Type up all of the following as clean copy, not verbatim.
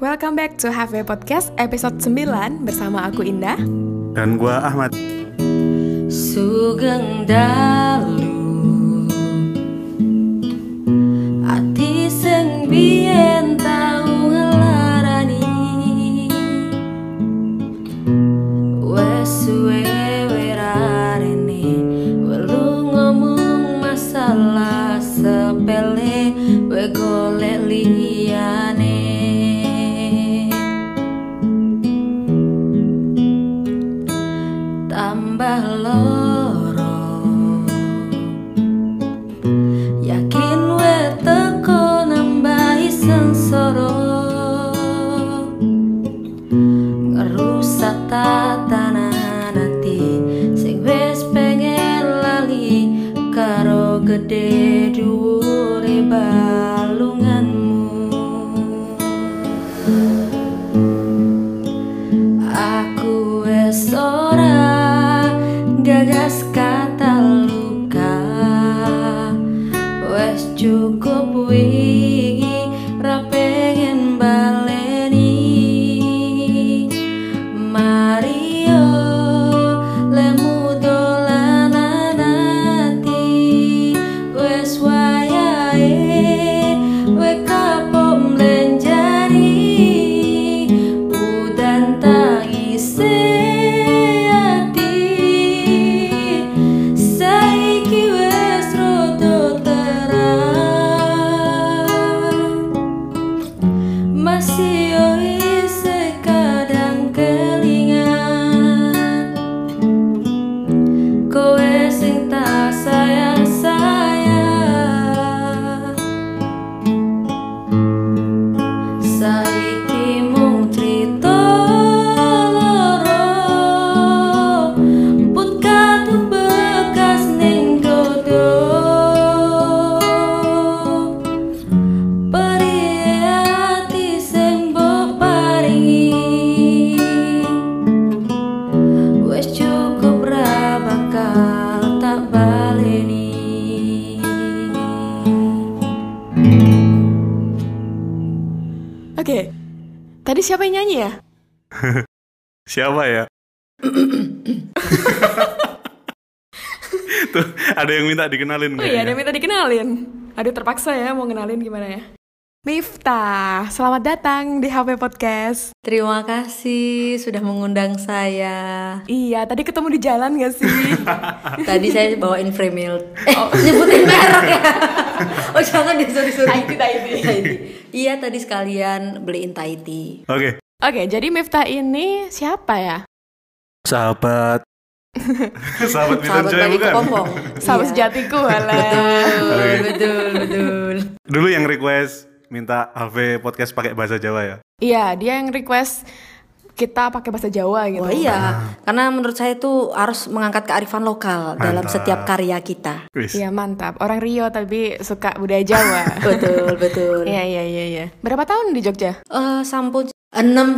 Welcome back to Halfway Podcast episode 9 bersama aku Indah dan gua Ahmad. Sugeng dalu ati sing biyen tau ngelarani wes suwe werarene welu ngomong masalah sepele we golek liyane. Tambah loro yakin we teko nambahi sengsara ngerusak tatanan ati sing wis pengen lali karo gede dhuwure balunganmu. Aku wis ora gagas kata luka, wes cukup wingi ra pengen baleni. Mario lemu dolanan ati wes wayahe we kapok mlenjani udan tangise. Oke, tadi siapa yang nyanyi ya? Siapa ya? Tuh, ada yang minta dikenalin. Oh iya, ada yang minta dikenalin. Aduh, terpaksa ya mau kenalin gimana ya. Miftah, selamat datang di HP Podcast. Terima kasih sudah mengundang saya. Iya, tadi ketemu di jalan gak sih? Tadi saya bawain Fremilk. Nyebutin merek ya. Oh jangan deh, sorry. Tahiti. Iya, tadi sekalian beliin Tahiti. Oke, jadi Miftah ini siapa ya? Sahabat Sahabat Joy bagi bukan? kepompong. Sahabat Iya. sejatiku, halah. Betul. Dulu yang request minta HV podcast pakai bahasa Jawa ya? Iya, dia yang request kita pakai bahasa Jawa gitu. Oh iya, karena menurut saya itu harus mengangkat kearifan lokal dalam setiap karya kita. Wis. Iya, mantap. Orang Rio tapi suka budaya Jawa. Betul. Iya. Berapa tahun di Jogja? Sampun 6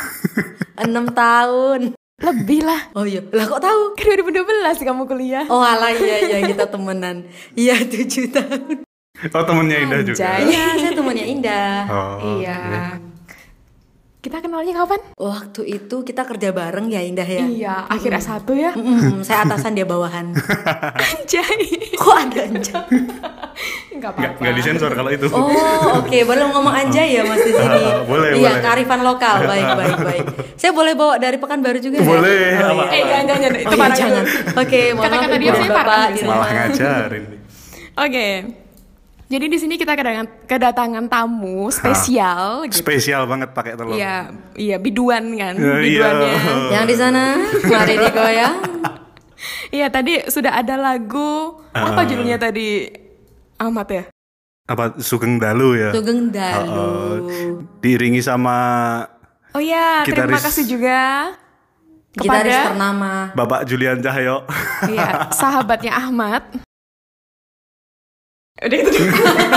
tahun. Lebih lah. Oh iya, lah kok tahu? Kan 2012 kamu kuliah. Oh alah, iya kita temenan. Iya 7 tahun. Oh, temennya Indah juga. Anjay. Iya, saya temannya Indah. Oh, Iya. oke. Kita kenalnya kapan? Waktu itu kita kerja bareng ya Indah ya. Iya, akhir S1 ya. Saya atasan, dia bawahan. Anjay. Kok ada anjay? Enggak apa-apa. Nggak disensor kalau itu. Oh oke, boleh ngomong anjay ya Mas di sini. Boleh. Iya, kearifan lokal. Baik. Saya boleh bawa dari Pekanbaru juga ya? Boleh. Oh, Apa? iya. Jangan. Itu Oh iya, parah jangan. dulu. Oke, mohon Kata-kata maaf dia Ibu saya dan parah. Bapak di Malah rumah. ngajarin. Oke. Jadi di sini kita kedatangan tamu spesial gitu. Spesial banget pakai telur. Iya, biduan kan. Iya. Biduannya. Yang di sana, mari digoyang. Iya, tadi sudah ada lagu apa judulnya tadi? Ahmad ya? Apa Sugeng Dalu ya? Sugeng Dalu. Diiringi sama Oh iya, terima Gitaris. kasih juga Gitaris kepada ternama. Bapak Julian Cahyo. iya, sahabatnya Ahmad. Udah itu dulu.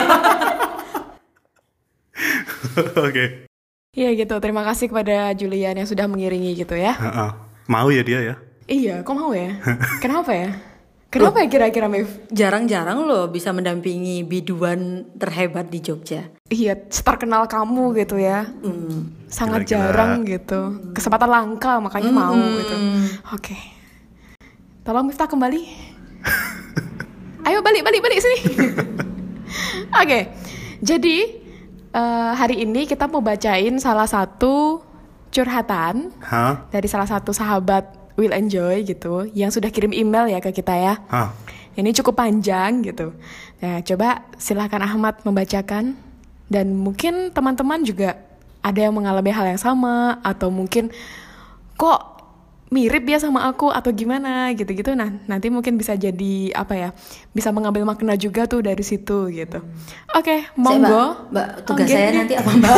Oke. Iya gitu, terima kasih kepada Julian yang sudah mengiringi gitu ya. Mau ya dia ya? Iya, kok mau ya? Kenapa ya? Kenapa ya kira-kira, Mif? Jarang-jarang loh bisa mendampingi biduan terhebat di Jogja. Iya, terkenal kamu gitu ya. Sangat jarang gitu. Kesempatan langka makanya mau gitu. Oke. Tolong Miftah kembali. Ayo balik sini. Oke. Jadi hari ini kita mau bacain salah satu curhatan dari salah satu sahabat Will Enjoy gitu, yang sudah kirim email ya ke kita ya. Ini cukup panjang gitu. Nah, coba silahkan Ahmad membacakan. Dan mungkin teman-teman juga ada yang mengalami hal yang sama, atau mungkin kok mirip ya sama aku atau gimana gitu-gitu. Nah, nanti mungkin bisa jadi apa ya? Bisa mengambil makna juga tuh dari situ gitu. Oke, monggo. Mbak, tugas saya nanti apa, Mbak?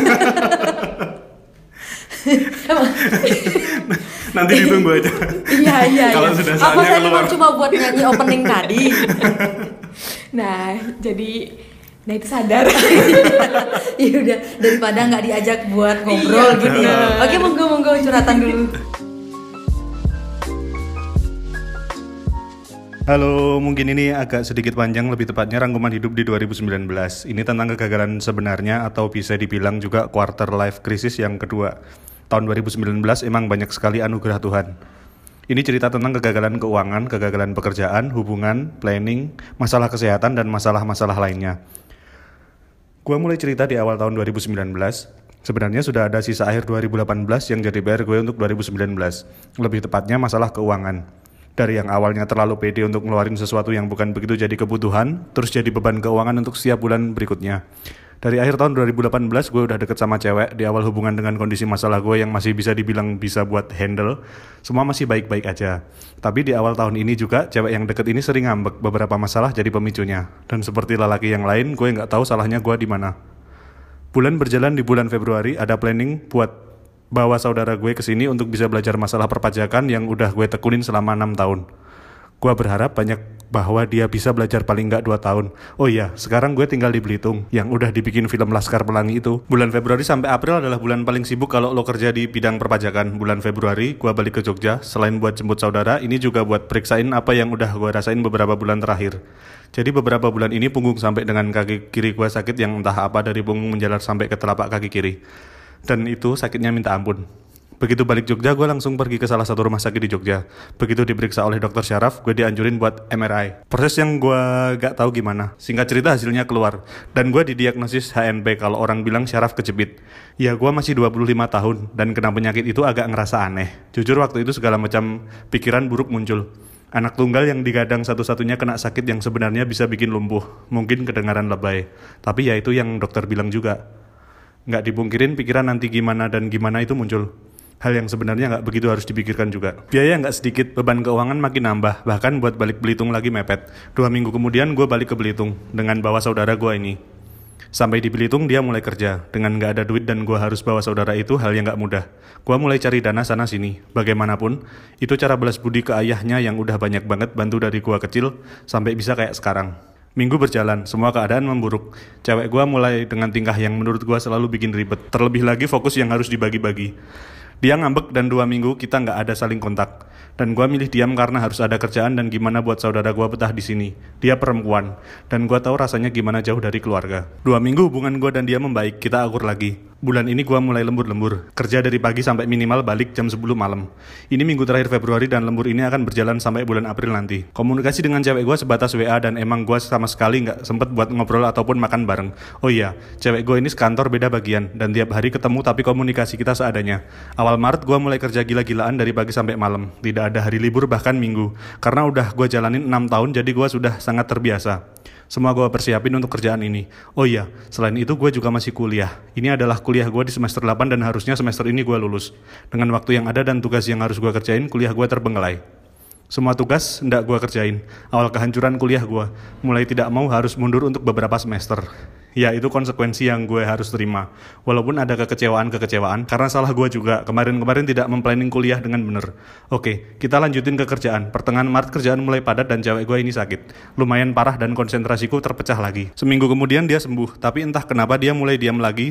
Nanti ditunggu aja. Iya. Kalau sudah apa saya keluar. cuma buat nyanyi opening tadi. Nah, itu sadar. Ya udah, daripada nggak diajak buat ngobrol gitu ya. Oke, monggo curhatan dulu. Halo, mungkin ini agak sedikit panjang, lebih tepatnya rangkuman hidup di 2019. Ini tentang kegagalan sebenarnya atau bisa dibilang juga quarter life crisis yang kedua. Tahun 2019 emang banyak sekali anugerah Tuhan. Ini cerita tentang kegagalan keuangan, kegagalan pekerjaan, hubungan, planning, masalah kesehatan, dan masalah-masalah lainnya. Gua mulai cerita di awal tahun 2019. Sebenarnya sudah ada sisa akhir 2018 yang jadi PR gue untuk 2019. Lebih tepatnya masalah keuangan. Dari yang awalnya terlalu pede untuk ngeluarin sesuatu yang bukan begitu jadi kebutuhan, terus jadi beban keuangan untuk setiap bulan berikutnya. Dari akhir tahun 2018 gue udah deket sama cewek. Di awal hubungan dengan kondisi masalah gue yang masih bisa dibilang bisa buat handle, semua masih baik-baik aja. Tapi di awal tahun ini juga cewek yang deket ini sering ngambek, beberapa masalah jadi pemicunya. Dan seperti lelaki yang lain, gue gak tahu salahnya gue di mana. Bulan berjalan, di bulan Februari ada planning buat bawa saudara gue ke sini untuk bisa belajar masalah perpajakan yang udah gue tekunin selama 6 tahun. Gue berharap banyak bahwa dia bisa belajar paling nggak 2 tahun. Oh iya, sekarang gue tinggal di Belitung, yang udah dibikin film Laskar Pelangi itu. Bulan Februari sampai April adalah bulan paling sibuk kalau lo kerja di bidang perpajakan. Bulan Februari, gue balik ke Jogja. Selain buat jemput saudara, ini juga buat periksain apa yang udah gue rasain beberapa bulan terakhir. Jadi beberapa bulan ini punggung sampai dengan kaki kiri gue sakit yang entah apa dari punggung menjalar sampai ke telapak kaki kiri. Dan itu sakitnya minta ampun. Begitu balik Jogja, gue langsung pergi ke salah satu rumah sakit di Jogja. Begitu diperiksa oleh dokter Syaraf, gue dianjurin buat MRI. Proses yang gue gak tahu gimana. Singkat cerita hasilnya keluar. Dan gue didiagnosis HNP, kalau orang bilang syaraf kejepit. Ya gue masih 25 tahun, dan kena penyakit itu agak ngerasa aneh. Jujur waktu itu segala macam pikiran buruk muncul. Anak tunggal yang digadang satu-satunya kena sakit yang sebenarnya bisa bikin lumpuh. Mungkin kedengaran lebay. Tapi ya itu yang dokter bilang juga. Nggak dipungkirin pikiran nanti gimana dan gimana itu muncul. Hal yang sebenarnya nggak begitu harus dipikirkan juga. Biaya nggak sedikit, beban keuangan makin nambah. Bahkan buat balik Belitung lagi mepet. 2 minggu kemudian gue balik ke Belitung dengan bawa saudara gue ini. Sampai di Belitung dia mulai kerja. Dengan nggak ada duit dan gue harus bawa saudara itu hal yang nggak mudah. Gue mulai cari dana sana sini. Bagaimanapun, itu cara balas budi ke ayahnya yang udah banyak banget bantu dari gue kecil sampai bisa kayak sekarang. Minggu berjalan, semua keadaan memburuk. Cewek gue mulai dengan tingkah yang menurut gue selalu bikin ribet. Terlebih lagi fokus yang harus dibagi-bagi. Dia ngambek dan 2 minggu kita nggak ada saling kontak. Dan gue milih diam karena harus ada kerjaan dan gimana buat saudara gue betah di sini. Dia perempuan, dan gue tahu rasanya gimana jauh dari keluarga. 2 minggu hubungan gue dan dia membaik, kita akur lagi. Bulan ini gue mulai lembur-lembur. Kerja dari pagi sampai minimal balik jam 10 malam. Ini minggu terakhir Februari dan lembur ini akan berjalan sampai bulan April nanti. Komunikasi dengan cewek gue sebatas WA dan emang gue sama sekali nggak sempet buat ngobrol ataupun makan bareng. Oh iya, cewek gue ini sekantor beda bagian dan tiap hari ketemu tapi komunikasi kita seadanya. Awal Maret gue mulai kerja gila-gilaan dari pagi sampai malam. Tidak ada hari libur bahkan minggu. Karena udah gue jalanin 6 tahun jadi gue sudah sangat terbiasa. Semua gue persiapin untuk kerjaan ini. Oh iya, selain itu gue juga masih kuliah. Ini adalah kuliah gue di semester 8 dan harusnya semester ini gue lulus. Dengan waktu yang ada dan tugas yang harus gue kerjain, kuliah gue terbengkelai. Semua tugas ndak gue kerjain. Awal kehancuran kuliah gue. Mulai tidak mau harus mundur untuk beberapa semester. Ya itu konsekuensi yang gue harus terima. Walaupun ada kekecewaan karena salah gue juga. Kemarin tidak memplanning kuliah dengan bener. Oke, kita lanjutin ke kerjaan. Pertengahan Maret kerjaan mulai padat dan cewek gue ini sakit. Lumayan parah dan konsentrasiku terpecah lagi. Seminggu kemudian dia sembuh, tapi entah kenapa dia mulai diam lagi.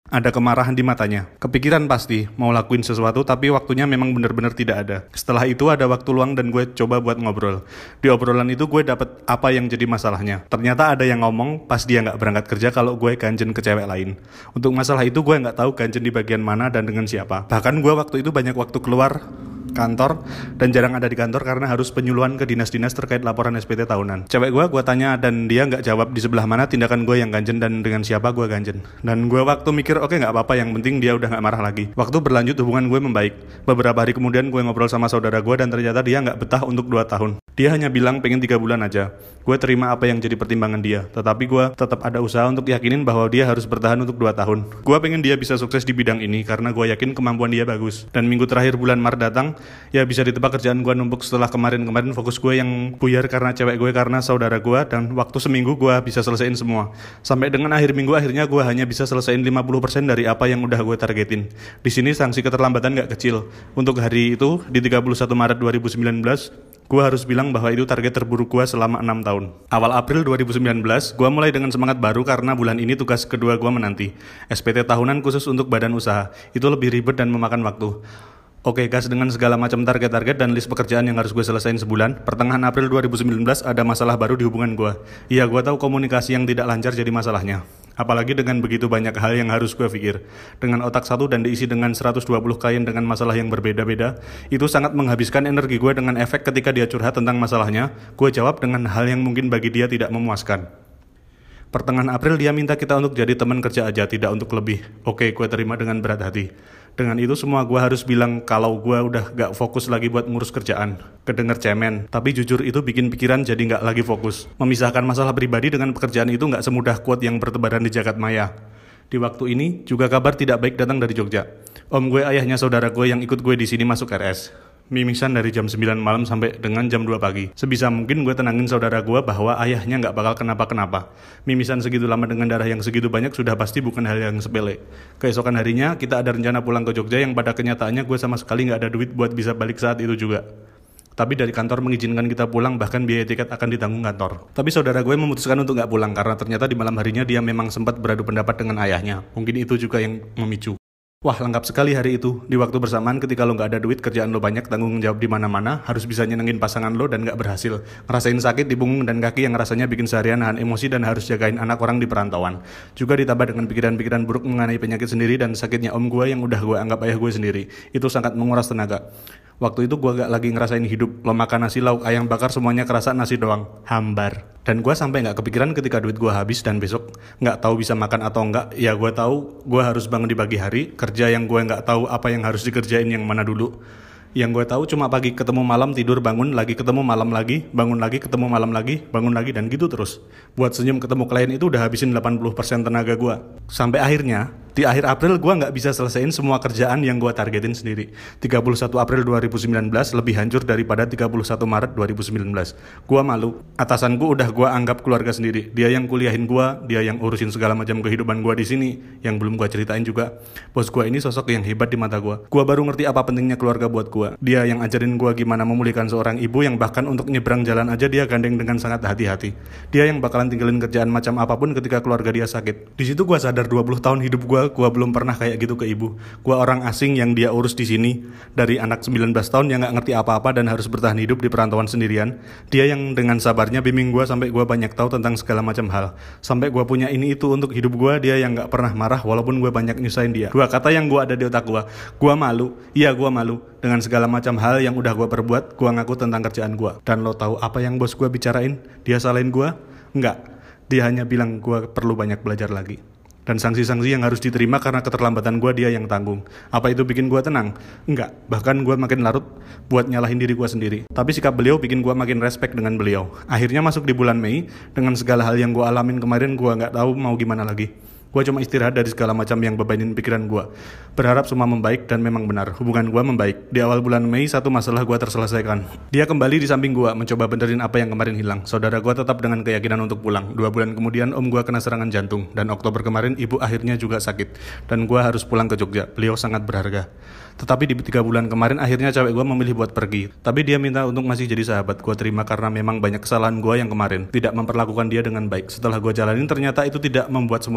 Ada kemarahan di matanya. Kepikiran pasti, mau lakuin sesuatu tapi waktunya memang benar-benar tidak ada. Setelah itu ada waktu luang dan gue coba buat ngobrol. Di obrolan itu gue dapet apa yang jadi masalahnya. Ternyata ada yang ngomong pas dia nggak berangkat kerja kalau gue ganjen ke cewek lain. Untuk masalah itu gue nggak tahu ganjen di bagian mana dan dengan siapa. Bahkan gue waktu itu banyak waktu keluar kantor dan jarang ada di kantor karena harus penyuluhan ke dinas-dinas terkait laporan SPT tahunan. Cewek gue tanya dan dia nggak jawab di sebelah mana tindakan gue yang ganjen dan dengan siapa gue ganjen. Dan gue waktu mikir oke, nggak apa-apa, yang penting dia udah nggak marah lagi. Waktu berlanjut hubungan gue membaik. Beberapa hari kemudian gue ngobrol sama saudara gue dan ternyata dia nggak betah untuk 2 tahun. Dia hanya bilang pengen 3 bulan aja. Gue terima apa yang jadi pertimbangan dia, tetapi gue tetap ada usaha untuk yakinin bahwa dia harus bertahan untuk 2 tahun. Gue pengen dia bisa sukses di bidang ini karena gue yakin kemampuan dia bagus. Dan minggu terakhir bulan Maret datang, ya bisa ditebak kerjaan gue numpuk setelah kemarin fokus gue yang buyar karena cewek gue karena saudara gue, dan waktu seminggu gue bisa selesaiin semua. Sampai dengan akhir minggu akhirnya gue hanya bisa selesaiin 50% dari apa yang udah gue targetin. Di sini sanksi keterlambatan gak kecil. Untuk hari itu di 31 Maret 2019, gue harus bilang bahwa itu target terburuk gue selama 6 tahun. Awal April 2019, gue mulai dengan semangat baru karena bulan ini tugas kedua gue menanti. SPT tahunan khusus untuk badan usaha. Itu lebih ribet dan memakan waktu. Oke, gas dengan segala macam target-target dan list pekerjaan yang harus gue selesain sebulan. Pertengahan April 2019 ada masalah baru di hubungan gue. Iya, gue tahu komunikasi yang tidak lancar jadi masalahnya. Apalagi dengan begitu banyak hal yang harus gue pikir. Dengan otak satu dan diisi dengan 120 klien dengan masalah yang berbeda-beda, itu sangat menghabiskan energi gue dengan efek ketika dia curhat tentang masalahnya, gue jawab dengan hal yang mungkin bagi dia tidak memuaskan. Pertengahan April dia minta kita untuk jadi teman kerja aja, tidak untuk lebih. Oke, gue terima dengan berat hati. Dengan itu semua gue harus bilang kalau gue udah gak fokus lagi buat ngurus kerjaan. Kedenger cemen, tapi jujur itu bikin pikiran jadi gak lagi fokus. Memisahkan masalah pribadi dengan pekerjaan itu gak semudah quote yang bertebaran di jagat maya. Di waktu ini juga kabar tidak baik datang dari Jogja. Om gue, ayahnya saudara gue yang ikut gue di sini masuk RS. Mimisan dari jam 9 malam sampai dengan jam 2 pagi. Sebisa mungkin gue tenangin saudara gue bahwa ayahnya gak bakal kenapa-kenapa. Mimisan segitu lama dengan darah yang segitu banyak sudah pasti bukan hal yang sepele. Keesokan harinya kita ada rencana pulang ke Jogja yang pada kenyataannya gue sama sekali gak ada duit buat bisa balik saat itu juga. Tapi dari kantor mengizinkan kita pulang, bahkan biaya tiket akan ditanggung kantor. Tapi saudara gue memutuskan untuk gak pulang karena ternyata di malam harinya dia memang sempat beradu pendapat dengan ayahnya. Mungkin itu juga yang memicu. Wah, lengkap sekali hari itu. Di waktu bersamaan ketika lo gak ada duit, kerjaan lo banyak, tanggung jawab di mana-mana, harus bisa nyenengin pasangan lo dan gak berhasil. Ngerasain sakit di punggung dan kaki yang rasanya bikin seharian nahan emosi dan harus jagain anak orang di perantauan. Juga ditambah dengan pikiran-pikiran buruk mengenai penyakit sendiri dan sakitnya om gue yang udah gue anggap ayah gue sendiri. Itu sangat menguras tenaga. Waktu itu gue gak lagi ngerasain hidup. Lo makan nasi, lauk, ayam bakar, semuanya kerasa nasi doang. Hambar. Dan gue sampai gak kepikiran ketika duit gue habis dan besok gak tahu bisa makan atau enggak. Ya gue tahu gue harus bangun di pagi hari, kerja yang gue gak tahu apa yang harus dikerjain yang mana dulu. Yang gue tahu cuma pagi ketemu malam, tidur bangun lagi, ketemu malam lagi, bangun lagi, ketemu malam lagi, bangun lagi, dan gitu terus. Buat senyum ketemu klien itu udah habisin 80% tenaga gue. Sampai akhirnya di akhir April gue gak bisa selesaiin semua kerjaan yang gue targetin sendiri. 31 April 2019 lebih hancur daripada 31 Maret 2019. Gue malu. Atasanku udah gue anggap keluarga sendiri. Dia yang kuliahin gue, dia yang urusin segala macam kehidupan gue di sini, yang belum gue ceritain juga. Bos gue ini sosok yang hebat di mata gue. Gue baru ngerti apa pentingnya keluarga buat gue. Dia yang ajarin gue gimana memulihkan seorang ibu yang bahkan untuk nyebrang jalan aja dia gandeng dengan sangat hati-hati. Dia yang bakalan tinggalin kerjaan macam apapun ketika keluarga dia sakit. Di situ gue sadar 20 tahun hidup gue belum pernah kayak gitu ke ibu. Gue orang asing yang dia urus di sini. Dari anak 19 tahun yang gak ngerti apa-apa dan harus bertahan hidup di perantauan sendirian. Dia yang dengan sabarnya bimbing gue sampai gue banyak tahu tentang segala macam hal. Sampai gue punya ini itu untuk hidup gue. Dia yang gak pernah marah walaupun gue banyak nyusahin dia. Dua kata yang gue ada di otak gue. Gue malu. Iya, gue malu. Dengan segala macam hal yang udah gue perbuat, gue ngaku tentang kerjaan gue. Dan lo tahu apa yang bos gue bicarain? Dia salahin gue? Enggak. Dia hanya bilang gue perlu banyak belajar lagi. Dan sanksi-sanksi yang harus diterima karena keterlambatan gue dia yang tanggung. Apa itu bikin gue tenang? Enggak. Bahkan gue makin larut buat nyalahin diri gue sendiri. Tapi sikap beliau bikin gue makin respect dengan beliau. Akhirnya masuk di bulan Mei, dengan segala hal yang gue alamin kemarin, gue gak tahu mau gimana lagi. Gue cuma istirahat dari segala macam yang bebanin pikiran gue. Berharap semua membaik dan memang benar. Hubungan gue membaik. Di awal bulan Mei, satu masalah gue terselesaikan. Dia kembali di samping gue, mencoba benerin apa yang kemarin hilang. Saudara gue tetap dengan keyakinan untuk pulang. 2 bulan kemudian om gue kena serangan jantung. Dan Oktober kemarin ibu akhirnya juga sakit. Dan gue harus pulang ke Jogja. Beliau sangat berharga. Tetapi di 3 bulan kemarin akhirnya cewek gue memilih buat pergi. Tapi dia minta untuk masih jadi sahabat. Gue terima karena memang banyak kesalahan gue yang kemarin. Tidak memperlakukan dia dengan baik. Setelah gue jalanin ternyata itu tidak membuat semuanya membaik.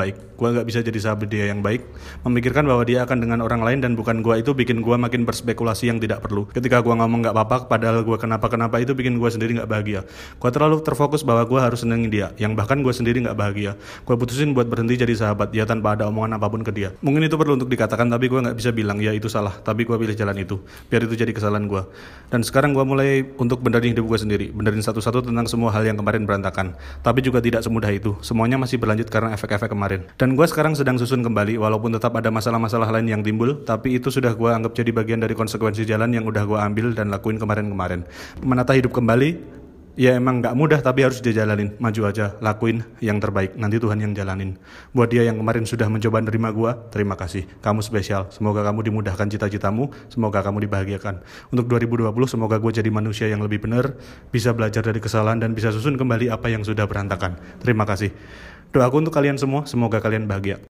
baik. Gue nggak bisa jadi sahabat dia yang baik. Memikirkan bahwa dia akan dengan orang lain dan bukan gue itu bikin gue makin berspekulasi yang tidak perlu. Ketika gue ngomong nggak apa-apa, padahal gue kenapa-kenapa itu bikin gue sendiri nggak bahagia. Gue terlalu terfokus bahwa gue harus senengin dia, yang bahkan gue sendiri nggak bahagia. Gue putusin buat berhenti jadi sahabat ya tanpa ada omongan apapun ke dia. Mungkin itu perlu untuk dikatakan, tapi gue nggak bisa bilang ya itu salah. Tapi gue pilih jalan itu, biar itu jadi kesalahan gue. Dan sekarang gue mulai untuk benerin hidup gue sendiri, benerin satu-satu tentang semua hal yang kemarin berantakan. Tapi juga tidak semudah itu. Semuanya masih berlanjut karena efek-efek kemarin. Dan gue sekarang sedang susun kembali, walaupun tetap ada masalah-masalah lain yang timbul, tapi itu sudah gue anggap jadi bagian dari konsekuensi jalan yang udah gue ambil dan lakuin kemarin-kemarin. Menata hidup kembali, ya emang gak mudah tapi harus dijalanin. Maju aja, lakuin yang terbaik, nanti Tuhan yang jalanin. Buat dia yang kemarin sudah mencoba nerima gue, terima kasih. Kamu spesial, semoga kamu dimudahkan cita-citamu, semoga kamu dibahagiakan. Untuk 2020 semoga gue jadi manusia yang lebih benar, bisa belajar dari kesalahan dan bisa susun kembali apa yang sudah berantakan. Terima kasih. Doaku untuk kalian semua, semoga kalian bahagia.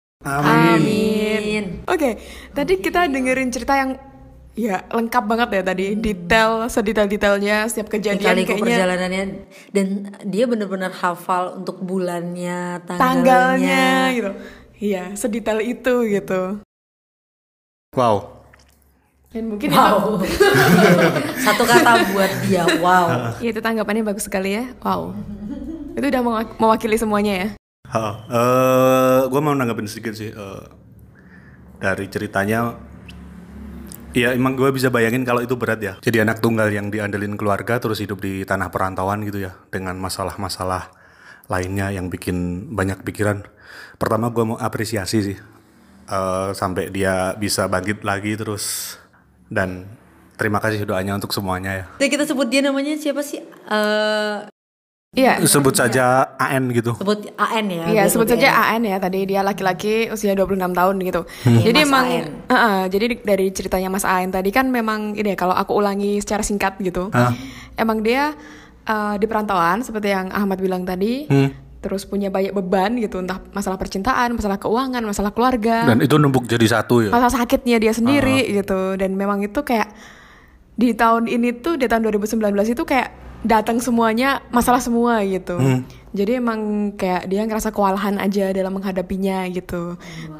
Amin. Oke, tadi kita dengerin cerita yang ya lengkap banget ya tadi, sedetail-detailnya setiap kejadian kayaknya. Perjalanannya, dan dia benar-benar hafal untuk bulannya, tanggalnya gitu. Iya, sedetail itu gitu. Wow. Dan mungkin wow. Satu kata buat dia, wow. Iya, itu tanggapannya bagus sekali ya. Wow. Itu udah mewakili semuanya ya. Gue mau nanggapin sedikit sih dari ceritanya. Ya emang gue bisa bayangin kalau itu berat ya. Jadi anak tunggal yang diandelin keluarga terus hidup di tanah perantauan gitu ya, dengan masalah-masalah lainnya yang bikin banyak pikiran. Pertama gue mau apresiasi sih, sampai dia bisa bangkit lagi terus. Dan terima kasih doanya untuk semuanya ya. Jadi kita sebut dia namanya siapa sih? Iya. Sebut saja AN gitu. Sebut AN ya. Iya, sebut saja AN ya. Tadi dia laki-laki usia 26 tahun gitu. Jadi Mas emang AN. Jadi dari ceritanya Mas AN tadi kan memang ini ya, kalau aku ulangi secara singkat gitu. Emang dia di perantauan seperti yang Ahmad bilang tadi. Terus punya banyak beban gitu, entah masalah percintaan, masalah keuangan, masalah keluarga. Dan itu numpuk jadi satu ya. Masalah sakitnya dia sendiri gitu. Dan memang itu kayak di tahun ini tuh, di tahun 2019 itu kayak datang semuanya, masalah semua gitu. Jadi emang kayak dia ngerasa kewalahan aja dalam menghadapinya gitu.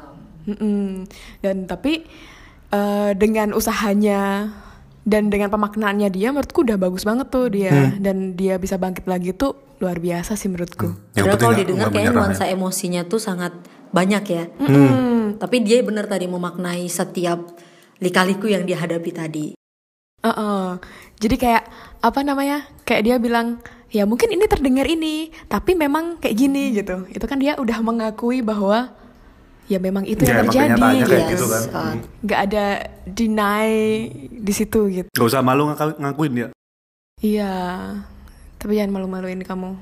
Dan tapi dengan usahanya dan dengan pemaknaannya dia, menurutku udah bagus banget tuh dia. Dan dia bisa bangkit lagi tuh luar biasa sih menurutku. Padahal kalau didengar kayaknya nuansa emosinya tuh sangat banyak ya. Tapi dia benar tadi memaknai setiap lika-liku yang dia hadapi tadi. Jadi kayak apa namanya, kayak dia bilang ya mungkin ini terdengar ini, tapi memang kayak gini gitu. Itu kan dia udah mengakui bahwa ya memang itu yang terjadi gitu kan. Gak ada deny di situ gitu. Gak usah malu ngakuin ya. Iya, tapi jangan malu-maluin kamu.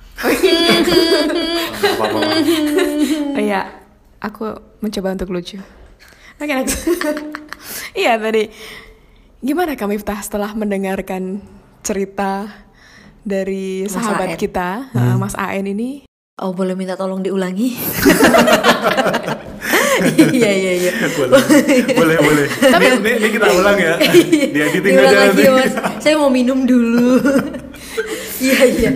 Iya, aku mencoba untuk lucu. Oke, next. Iya tadi, gimana Kak Miftah setelah mendengarkan cerita dari Mas sahabat AN. kita, Mas AN ini? Oh, boleh minta tolong diulangi? Iya. Boleh. Tapi ini kita ulang ya. Di editing diulang aja lagi nanti. Mas. Saya mau minum dulu. Iya.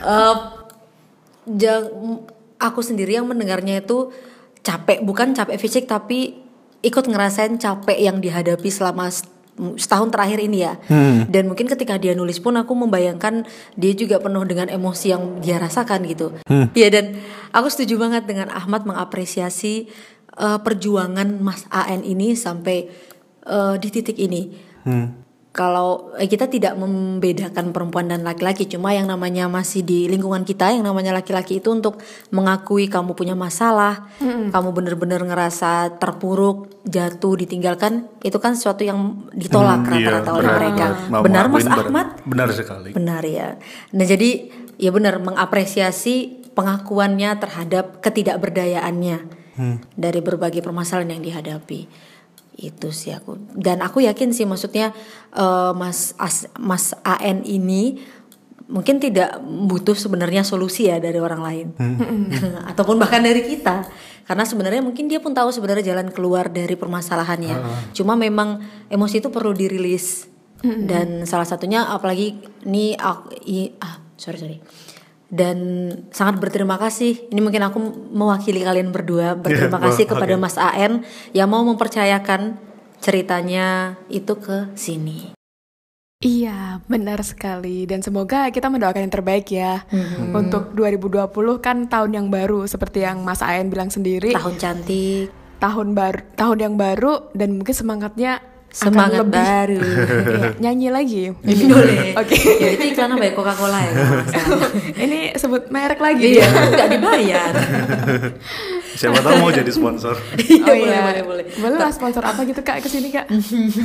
Aku sendiri yang mendengarnya itu capek, bukan capek fisik tapi ikut ngerasain capek yang dihadapi selama setahun terakhir ini ya. Dan mungkin ketika dia nulis pun aku membayangkan dia juga penuh dengan emosi yang dia rasakan gitu. Ya, dan aku setuju banget dengan Ahmad mengapresiasi perjuangan Mas AN ini sampai di titik ini. Kalau kita tidak membedakan perempuan dan laki-laki, cuma yang namanya masih di lingkungan kita, yang namanya laki-laki itu untuk mengakui kamu punya masalah, kamu benar-benar ngerasa terpuruk, jatuh, ditinggalkan, itu kan sesuatu yang ditolak rata-rata oleh mereka. Benar Mas Ahmad? Benar sekali. Benar ya. Nah jadi ya benar, mengapresiasi pengakuannya terhadap ketidakberdayaannya dari berbagai permasalahan yang dihadapi. Itu sih aku, dan aku yakin sih, maksudnya Mas AN ini mungkin tidak butuh sebenarnya solusi ya dari orang lain ataupun bahkan dari kita, karena sebenarnya mungkin dia pun tahu sebenarnya jalan keluar dari permasalahannya. Cuma memang emosi itu perlu dirilis, dan salah satunya apalagi ini sorry dan sangat berterima kasih. Ini mungkin aku mewakili kalian berdua. Berterima kasih kepada Mas AN yang mau mempercayakan ceritanya itu ke sini. Iya, benar sekali. Dan semoga kita mendoakan yang terbaik ya. Untuk 2020 kan tahun yang baru, seperti yang Mas Ayan bilang sendiri. Tahun cantik. Tahun yang baru, dan mungkin semangatnya Semangat akan lebih baru. Iya, nyanyi lagi. Ini boleh. Oke. Ya, itu iklan apa ya? Coca-Cola ya. Ini sebut merek lagi Iya, dia. nggak dibayar. Siapa tahu mau jadi sponsor. Oh iya, boleh. Boleh lah sponsor apa gitu Kak kesini Kak.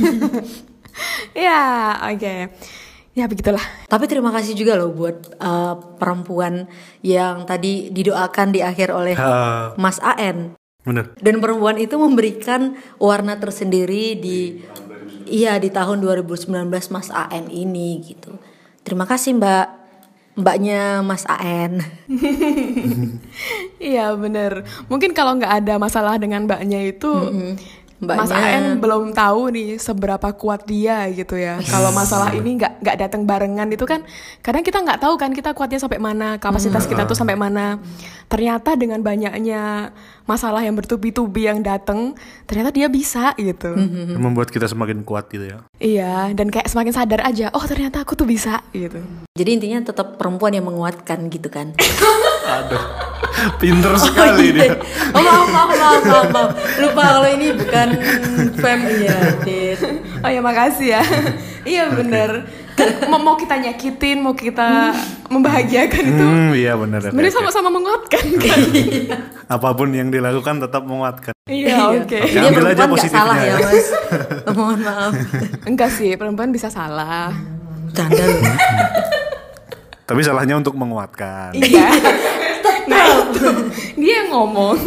Ya, oke. Ya begitulah. Tapi terima kasih juga loh buat perempuan yang tadi didoakan di akhir oleh Mas AN. Bener. Dan perempuan itu memberikan warna tersendiri di tahun 2019 Mas AN ini gitu. Terima kasih mbaknya Mas AN. Iya bener. Mungkin kalau nggak ada masalah dengan mbaknya itu, Mas AN belum tahu nih seberapa kuat dia gitu ya. Kalau masalah ini nggak datang barengan itu kan, kadang kita nggak tahu kan kita kuatnya sampai mana, kapasitas kita tuh sampai mana. Ternyata dengan banyaknya masalah yang bertubi-tubi yang datang, ternyata dia bisa gitu. Membuat kita semakin kuat gitu ya. Iya, dan kayak semakin sadar aja, oh ternyata aku tuh bisa gitu. Jadi intinya tetap perempuan yang menguatkan gitu kan. Aduh, pinter sekali dia. Oh maaf. Lupa kalau ini bukan fem ya, Dit. Oh ya makasih ya. Iya bener. Kan mau kita nyakitin, mau kita membahagiakan itu Iya benar. sebenarnya sama-sama menguatkan kan. Apapun yang dilakukan tetap menguatkan. Iya oke. Ini Ambil aja perempuan nggak positifnya. salah ya Mas. Mohon maaf. Enggak sih, perempuan bisa salah. Canda loh. Tapi salahnya untuk menguatkan. Iya. Nah itu dia yang ngomong.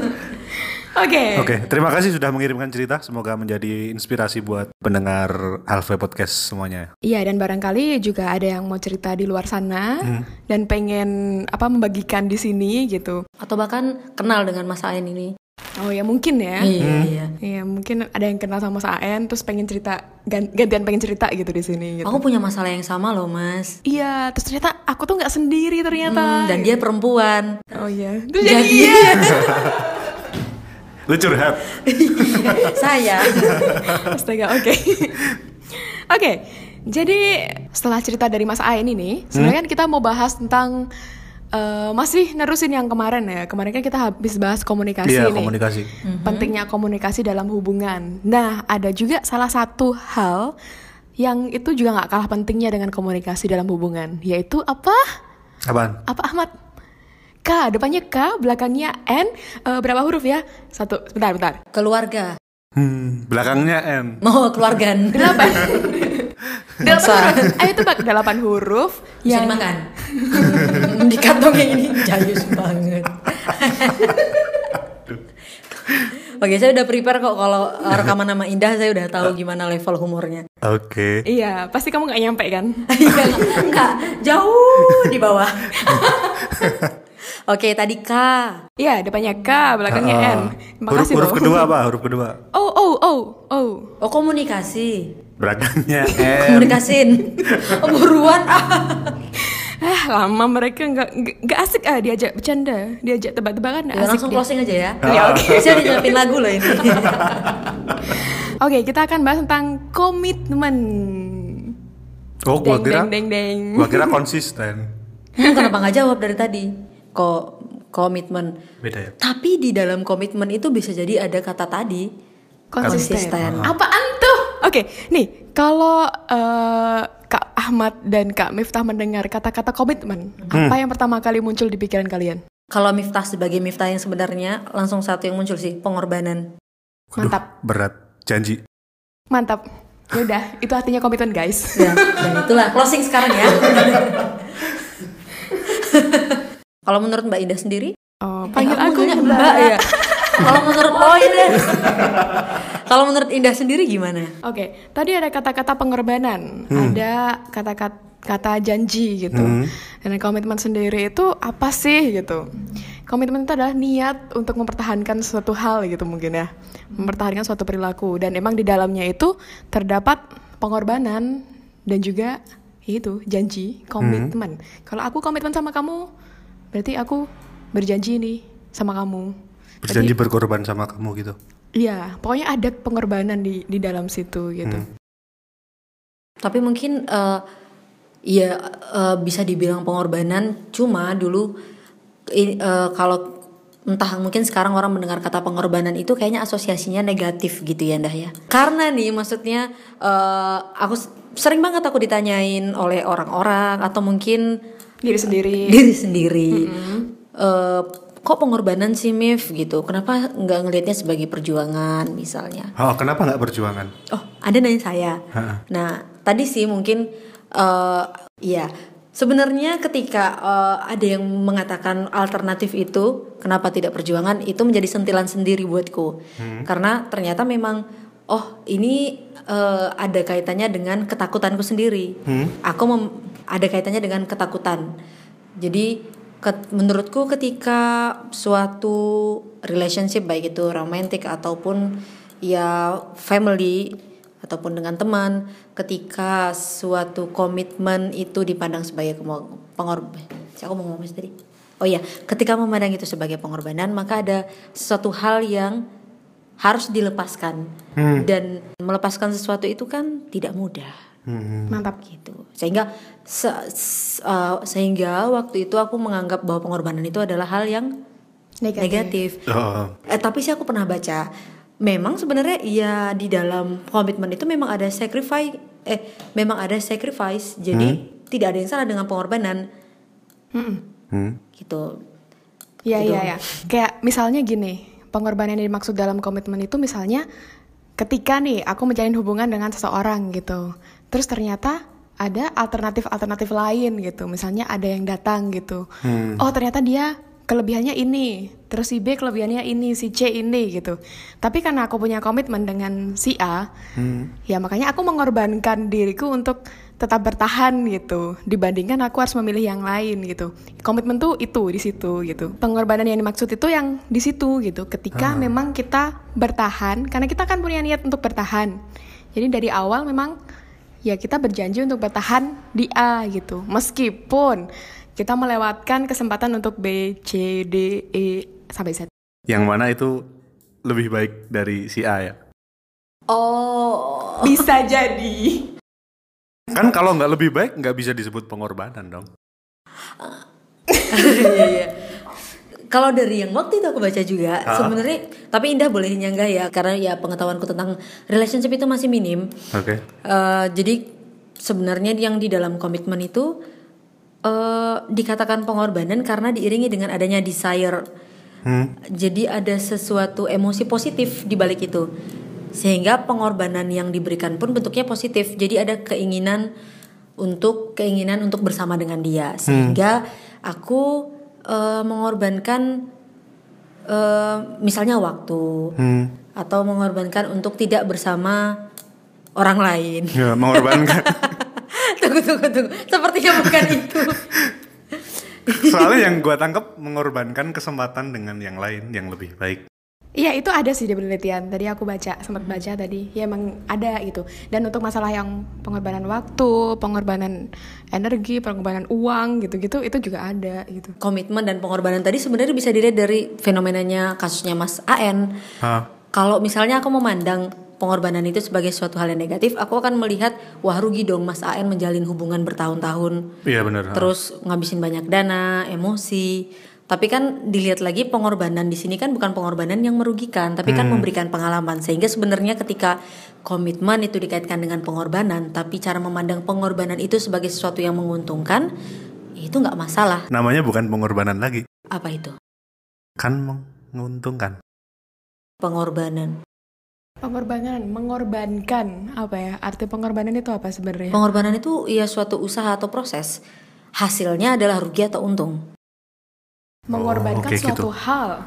Oke. Terima kasih sudah mengirimkan cerita. Semoga menjadi inspirasi buat pendengar Halfway Podcast semuanya. Iya, dan barangkali juga ada yang mau cerita di luar sana dan pengen membagikan di sini gitu. Atau bahkan kenal dengan Mas AN ini. Oh ya mungkin ya. Iya. Iya, mungkin ada yang kenal sama Mas AN terus pengen cerita gantian pengen cerita gitu di sini gitu. Aku punya masalah yang sama loh Mas. Iya, terus ternyata aku tuh nggak sendiri ternyata. Dan dia perempuan. Oh iya. Terus jadi iya. Lu curhat. Saya. Astaga, oke. Oke, jadi setelah cerita dari Mas Ain ini, sebenarnya kan kita mau bahas tentang masih nerusin yang kemarin ya. Kemarin kan kita habis bahas komunikasi Iya, nih. komunikasi. Pentingnya komunikasi dalam hubungan. Nah, ada juga salah satu hal yang itu juga nggak kalah pentingnya dengan komunikasi dalam hubungan, yaitu apa? Apaan? Apa Ahmad? K, depannya K, belakangnya N, berapa huruf ya? Satu, bentar. Keluarga. Belakangnya N. Mau keluargaan. 8 huruf. Ayo tebak 8 huruf Bisa yang dimakan. Di kantong yang ini jayus banget. Oke, saya udah prepare kok kalau rekaman nama Indah, saya udah tahu gimana level humornya. Oke. Iya, pasti kamu gak nyampe kan? Iya, enggak, jauh di bawah. Oke, tadi K. Iya, depannya K, belakangnya N. Makasih Huruf loh. kedua apa? Huruf kedua. Oh. Oh, komunikasi. Belakangnya N. Komunikasin. Oh, buruan. Lama mereka nggak asik diajak bercanda, diajak tebak-tebakan nggak Ya, asik langsung dia. closing aja ya. Ya, oke. Saya udah nyiapin lagu loh ini. Oke, kita akan bahas tentang komitmen. Oh, gua kira Deng. gua kira konsisten. Kenapa nggak jawab dari tadi? Komitmen. Beda ya. Tapi di dalam komitmen itu bisa jadi ada kata tadi. Konsisten. Apaan tuh? Oke, nih kalau Kak Ahmad dan Kak Miftah mendengar kata-kata komitmen, apa yang pertama kali muncul di pikiran kalian? Kalau Miftah sebagai Miftah yang sebenarnya, langsung satu yang muncul sih, pengorbanan. Mantap. Berat. Janji. Mantap. Yaudah, itu artinya komitmen guys. Ya, dan itulah closing sekarang ya. Kalau menurut Mbak Indah sendiri? Oh, panggil aku manggilnya Mbak ya. Kalau menurut Indah, kalau menurut Indah sendiri gimana? Oke, tadi ada kata-kata pengorbanan, ada kata janji gitu. Dan komitmen sendiri itu apa sih gitu? Komitmen itu adalah niat untuk mempertahankan suatu hal gitu mungkin ya, mempertahankan suatu perilaku. Dan emang di dalamnya itu terdapat pengorbanan dan juga itu janji, komitmen. Kalau aku komitmen sama kamu, berarti aku berjanji nih sama kamu. Berjanji berkorban sama kamu gitu. Iya, pokoknya ada pengorbanan di dalam situ gitu. Tapi mungkin bisa dibilang pengorbanan, cuma dulu kalau entah mungkin sekarang orang mendengar kata pengorbanan itu kayaknya asosiasinya negatif gitu ya Ndah ya. Karena nih maksudnya aku sering banget aku ditanyain oleh orang-orang atau mungkin Diri sendiri. Kok pengorbanan sih Mif gitu? Kenapa nggak ngelihatnya sebagai perjuangan misalnya? Oh, kenapa nggak perjuangan? Oh, ada nanya saya. Nah, tadi sih mungkin ya sebenarnya ketika ada yang mengatakan alternatif itu, kenapa tidak perjuangan? Itu menjadi sentilan sendiri buatku. Karena ternyata memang ini ada kaitannya dengan ketakutanku sendiri. Aku ada kaitannya dengan ketakutan. Jadi menurutku ketika suatu relationship baik itu romantic ataupun ya family ataupun dengan teman, ketika suatu komitmen itu dipandang sebagai pengorbanan. Aku mau ngomong tadi. Oh iya, ketika memandang itu sebagai pengorbanan, maka ada sesuatu hal yang harus dilepaskan. Dan melepaskan sesuatu itu kan tidak mudah. Mantap gitu. Sehingga waktu itu aku menganggap bahwa pengorbanan itu adalah hal yang negatif. Tapi sih aku pernah baca, memang sebenarnya ya di dalam komitmen itu memang ada sacrifice. Jadi tidak ada yang salah dengan pengorbanan. Gitu. Iya. Kayak misalnya gini, pengorbanan yang dimaksud dalam komitmen itu misalnya ketika nih aku menjalin hubungan dengan seseorang gitu. Terus ternyata ada alternatif lain gitu. Misalnya ada yang datang gitu. Oh, ternyata dia kelebihannya ini, terus si B kelebihannya ini, si C ini gitu. Tapi karena aku punya komitmen dengan si A, ya makanya aku mengorbankan diriku untuk tetap bertahan gitu. Dibandingkan aku harus memilih yang lain gitu. Komitmen tuh itu di situ gitu. Pengorbanan yang dimaksud itu yang di situ gitu. Ketika memang kita bertahan, karena kita kan punya niat untuk bertahan. Jadi dari awal memang ya kita berjanji untuk bertahan di A gitu. Meskipun kita melewatkan kesempatan untuk B, C, D, E, sampai Z. Yang mana itu lebih baik dari si A ya? Oh, bisa jadi. Kan kalau nggak lebih baik nggak bisa disebut pengorbanan dong. Iya. Kalau dari yang waktu itu aku baca juga sebenarnya, tapi Indah boleh nyanggah ya, karena ya pengetahuanku tentang relationship itu masih minim. Oke. Jadi sebenarnya yang di dalam komitmen itu dikatakan pengorbanan karena diiringi dengan adanya desire. Jadi ada sesuatu emosi positif di balik itu, sehingga pengorbanan yang diberikan pun bentuknya positif. Jadi ada keinginan untuk bersama dengan dia, sehingga aku mengorbankan misalnya waktu atau mengorbankan untuk tidak bersama orang lain. Ya, mengorbankan. Tunggu. Sepertinya bukan itu. Soalnya yang gue tangkap mengorbankan kesempatan dengan yang lain yang lebih baik. Iya, itu ada sih di penelitian. Tadi aku sempat baca tadi. Ya emang ada gitu. Dan untuk masalah yang pengorbanan waktu, pengorbanan energi, pengorbanan uang gitu-gitu, itu juga ada gitu. Komitmen dan pengorbanan tadi sebenarnya bisa dilihat dari fenomenanya kasusnya Mas AN. Kalau misalnya aku memandang pengorbanan itu sebagai suatu hal yang negatif, aku akan melihat wah rugi dong Mas AN menjalin hubungan bertahun-tahun. Iya benar. Terus ngabisin banyak dana, emosi. Tapi kan dilihat lagi pengorbanan di sini kan bukan pengorbanan yang merugikan, tapi kan memberikan pengalaman. Sehingga sebenarnya ketika komitmen itu dikaitkan dengan pengorbanan, tapi cara memandang pengorbanan itu sebagai sesuatu yang menguntungkan, itu nggak masalah. Namanya bukan pengorbanan lagi. Apa itu? Kan menguntungkan. Pengorbanan, mengorbankan apa ya? Arti pengorbanan itu apa sebenarnya? Pengorbanan itu ya suatu usaha atau proses. Hasilnya adalah rugi atau untung. Mengorbankan suatu gitu. hal.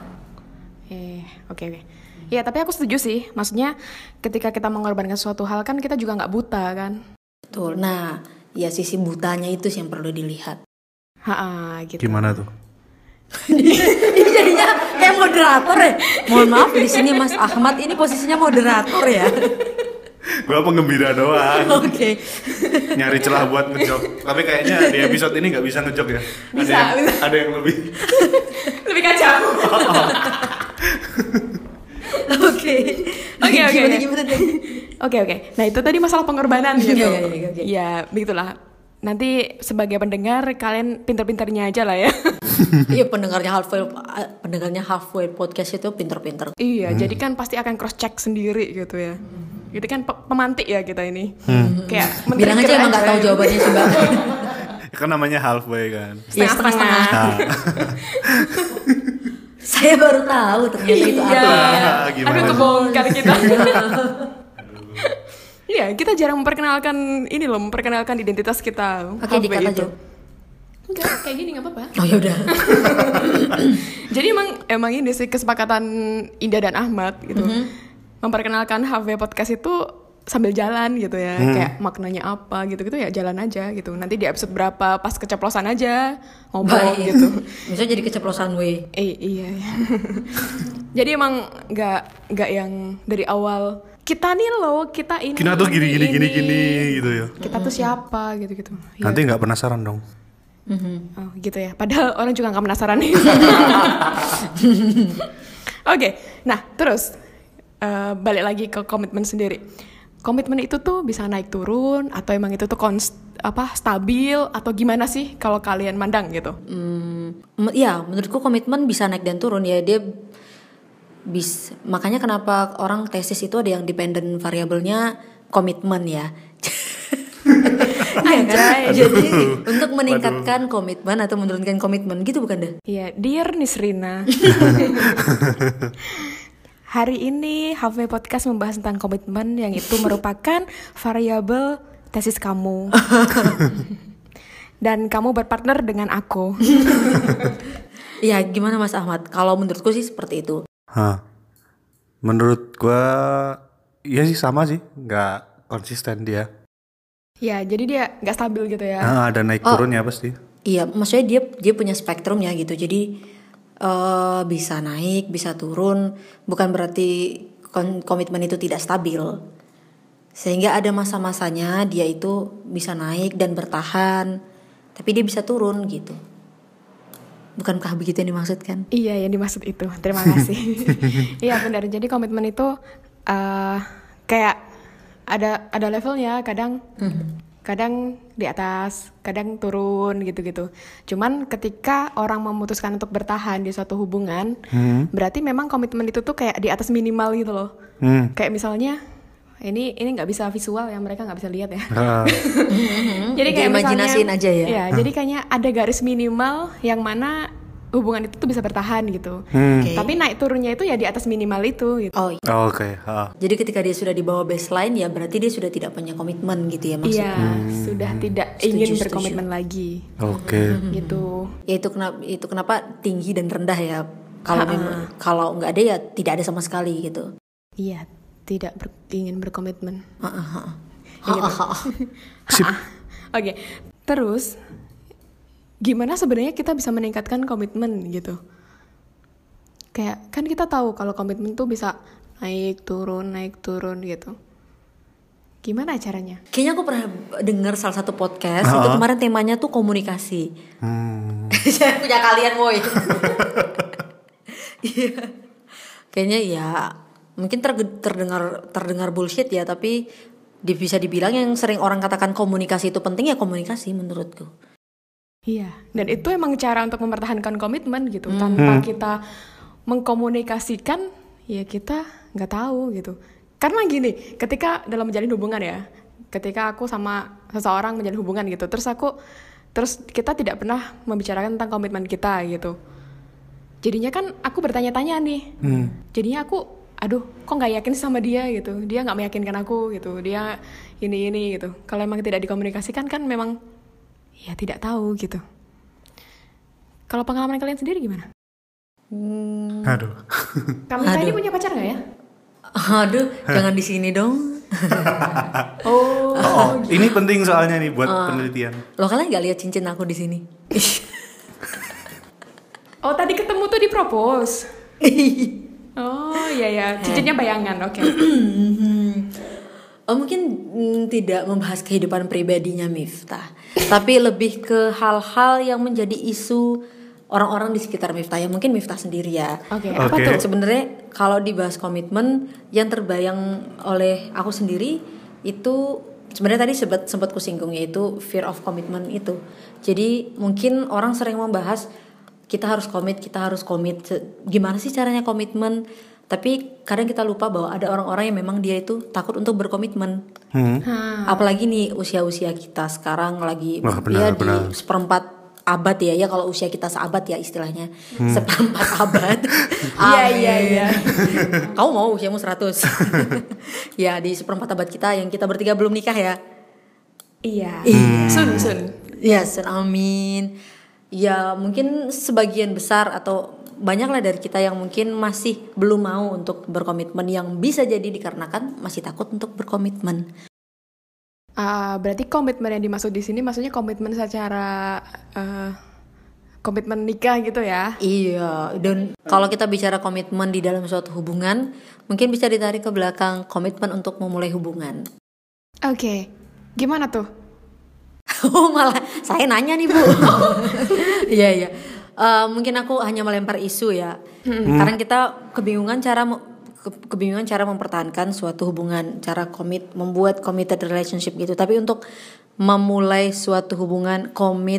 Oke. Ya, tapi aku setuju sih. Maksudnya ketika kita mengorbankan suatu hal kan kita juga nggak buta kan. Betul. Nah, ya sisi butanya itu sih yang perlu dilihat. Gitu. Gimana tuh? Jadinya kayak moderator ya. Mohon maaf di sini Mas Ahmad ini posisinya moderator ya. Gua penggembira doang. Oke. Nyari celah buat ngejok. Tapi kayaknya di episode ini nggak bisa ngejok ya. Bisa. Ada yang lebih. Lebih kacau. Oke. Gimana tadi? Oke. Nah itu tadi masalah pengorbanan gitu. Iya. Ya begitulah. Nanti sebagai pendengar kalian pinter-pinternya aja lah ya. Iya, pendengarnya halfway podcast itu pinter-pinter. Iya, jadi kan pasti akan cross check sendiri gitu ya. Itu kan pemantik ya kita ini. Kayak Bilang aja emang nggak tahu jawabannya sih, Mbak. Kan namanya halfway kan. Ya, setengah-setengah. Saya baru tahu ternyata itu apa. Gimana? Aduh kebongkar kita. Iya, kita jarang memperkenalkan identitas kita. Oke, dikat aja. Enggak, kayak gini nggak apa-apa. Oh ya udah. Jadi emang ini sih kesepakatan Indah dan Ahmad gitu. Memperkenalkan HV Podcast itu sambil jalan gitu ya. Kayak maknanya apa gitu ya jalan aja gitu. Nanti di episode berapa pas keceplosan aja ngobrol gitu. Misalnya jadi keceplosan Iya. Jadi emang nggak yang dari awal kita nih loh, kita ini. Kita tuh gini gitu ya. Kita tuh siapa gitu. Nanti nggak penasaran dong. Oh gitu ya. Padahal orang juga nggak penasaran nih. Oke. Nah terus balik lagi ke komitmen sendiri. Komitmen itu tuh bisa naik turun atau emang itu tuh stabil atau gimana sih kalau kalian mandang gitu? Ya menurutku komitmen bisa naik dan turun ya. Dia makanya kenapa orang tesis itu ada yang dependent variabelnya komitmen ya. Iya kan? Jadi untuk meningkatkan komitmen atau menurunkan komitmen gitu bukan dah? Iya, dear Nisrina. Hari ini HV Podcast membahas tentang komitmen yang itu merupakan variabel tesis kamu. Dan kamu berpartner dengan aku. Ya gimana Mas Ahmad? Kalau menurutku sih seperti itu. Menurut gua iya sih sama sih, nggak konsisten dia. Ya, jadi dia nggak stabil gitu ya. Ada naik turunnya pasti. Iya, maksudnya dia punya spektrumnya gitu. Jadi bisa naik, bisa turun. Bukan berarti komitmen itu tidak stabil. Sehingga ada masa-masanya dia itu bisa naik dan bertahan, tapi dia bisa turun gitu. Bukankah begitu yang dimaksudkan? Iya, yang dimaksud itu. Terima kasih. Iya benar. Jadi komitmen itu kayak ada levelnya. Kadang di atas, kadang turun gitu-gitu. Cuman ketika orang memutuskan untuk bertahan di suatu hubungan, berarti memang komitmen itu tuh kayak di atas minimal gitu loh. Kayak misalnya ini nggak bisa visual ya, mereka nggak bisa lihat ya. Jadi kayak imajinasiin aja ya. Ya, jadi kayaknya ada garis minimal yang mana hubungan itu tuh bisa bertahan gitu. Tapi naik turunnya itu ya di atas minimal itu gitu. Oh, Oke. Jadi ketika dia sudah di bawah baseline ya berarti dia sudah tidak punya komitmen gitu ya maksudnya. Iya, sudah tidak ingin berkomitmen lagi. Oke. Gitu. Ya itu kenapa tinggi dan rendah ya. Kalau nggak ada ya tidak ada sama sekali gitu. Iya, tidak ingin berkomitmen. Sip. Oke. Terus gimana sebenarnya kita bisa meningkatkan komitmen gitu? Kayak kan kita tahu kalau komitmen tuh bisa naik turun gitu. Gimana caranya? Kayaknya aku pernah dengar salah satu podcast itu kemarin temanya tuh komunikasi. Saya punya kalian woi. Iya. Kayaknya ya mungkin terdengar bullshit ya, tapi bisa dibilang yang sering orang katakan komunikasi itu penting ya komunikasi menurutku. Iya, dan itu emang cara untuk mempertahankan komitmen gitu. Tanpa kita mengkomunikasikan, ya kita nggak tahu gitu. Karena gini, ketika dalam menjalin hubungan ya, ketika aku sama seseorang menjalin hubungan gitu, terus kita tidak pernah membicarakan tentang komitmen kita gitu. Jadinya kan aku bertanya-tanya nih. Jadinya aku, aduh, kok nggak yakin sama dia gitu. Dia nggak meyakinkan aku gitu. Dia ini gitu. Kalau emang tidak dikomunikasikan kan memang ya tidak tahu gitu. Kalau pengalaman kalian sendiri gimana? Aduh. Kamu ini punya pacar nggak ya? Aduh, jangan di sini dong. Ini penting soalnya nih buat penelitian. Lo kalian nggak lihat cincin aku di sini? Oh, tadi ketemu tuh di propose. Oh iya, cincinnya bayangan, oke. Mungkin tidak membahas kehidupan pribadinya Miftah, tapi lebih ke hal-hal yang menjadi isu orang-orang di sekitar Miftah ya, mungkin Miftah sendiri ya. Oke, Oke. apa tuh? Sebenarnya kalau dibahas komitmen, yang terbayang oleh aku sendiri itu sebenarnya tadi sempat kusinggung, yaitu fear of commitment itu. Jadi mungkin orang sering membahas kita harus komit. Gimana sih caranya komitmen? Tapi kadang kita lupa bahwa ada orang-orang yang memang dia itu takut untuk berkomitmen. Apalagi nih usia-usia kita sekarang lagi Wah, benar. di seperempat abad ya kalau usia kita seabad ya istilahnya. Seperempat abad. Iya. Kamu mau usiamu 100. Ya di seperempat abad kita yang kita bertiga belum nikah ya. Iya. Iya. Sun. Ya, amin. Ya mungkin sebagian besar atau banyaklah dari kita yang mungkin masih belum mau untuk berkomitmen, yang bisa jadi dikarenakan masih takut untuk berkomitmen. Berarti komitmen yang dimaksud di sini maksudnya komitmen secara komitmen nikah gitu ya? Iya, dan kalau kita bicara komitmen di dalam suatu hubungan, mungkin bisa ditarik ke belakang komitmen untuk memulai hubungan. Oke. Gimana tuh? Oh malah saya nanya nih Bu. Iya. Mungkin aku hanya melempar isu ya. Karena kita kebingungan cara mempertahankan suatu hubungan, cara membuat committed relationship gitu. Tapi untuk memulai suatu hubungan,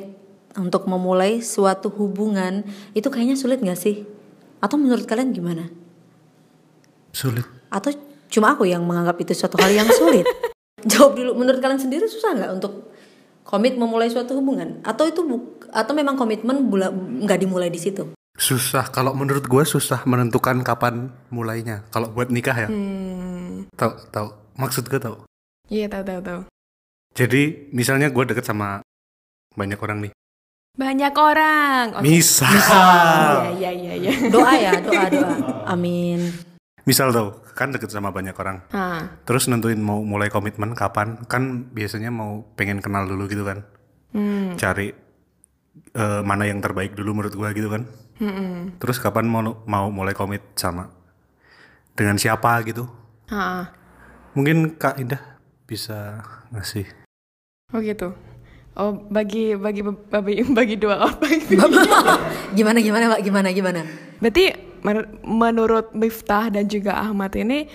itu kayaknya sulit nggak sih? Atau menurut kalian gimana? Sulit. Atau cuma aku yang menganggap itu suatu hal yang sulit? Jawab dulu. Menurut kalian sendiri susah nggak untuk memulai suatu hubungan? Atau atau memang komitmen nggak dimulai di situ? Susah. Kalau menurut gue susah menentukan kapan mulainya. Kalau buat nikah ya. Tahu. Maksud gue tahu. Iya, tahu. Jadi misalnya gue deket sama banyak orang nih. Banyak orang. Oke. Misal. Iya. Doa. Amin. Misal tuh, kan deket sama banyak orang. Terus nentuin mau mulai komitmen kapan. Kan biasanya mau pengen kenal dulu gitu kan. Cari mana yang terbaik dulu menurut gue gitu kan. Terus kapan mau mulai komit sama dengan siapa gitu. Mungkin Kak Indah bisa ngasih. Oh gitu. Oh bagi dua apa? Gimana Pak? Gimana? Berarti menurut Miftah dan juga Ahmad ini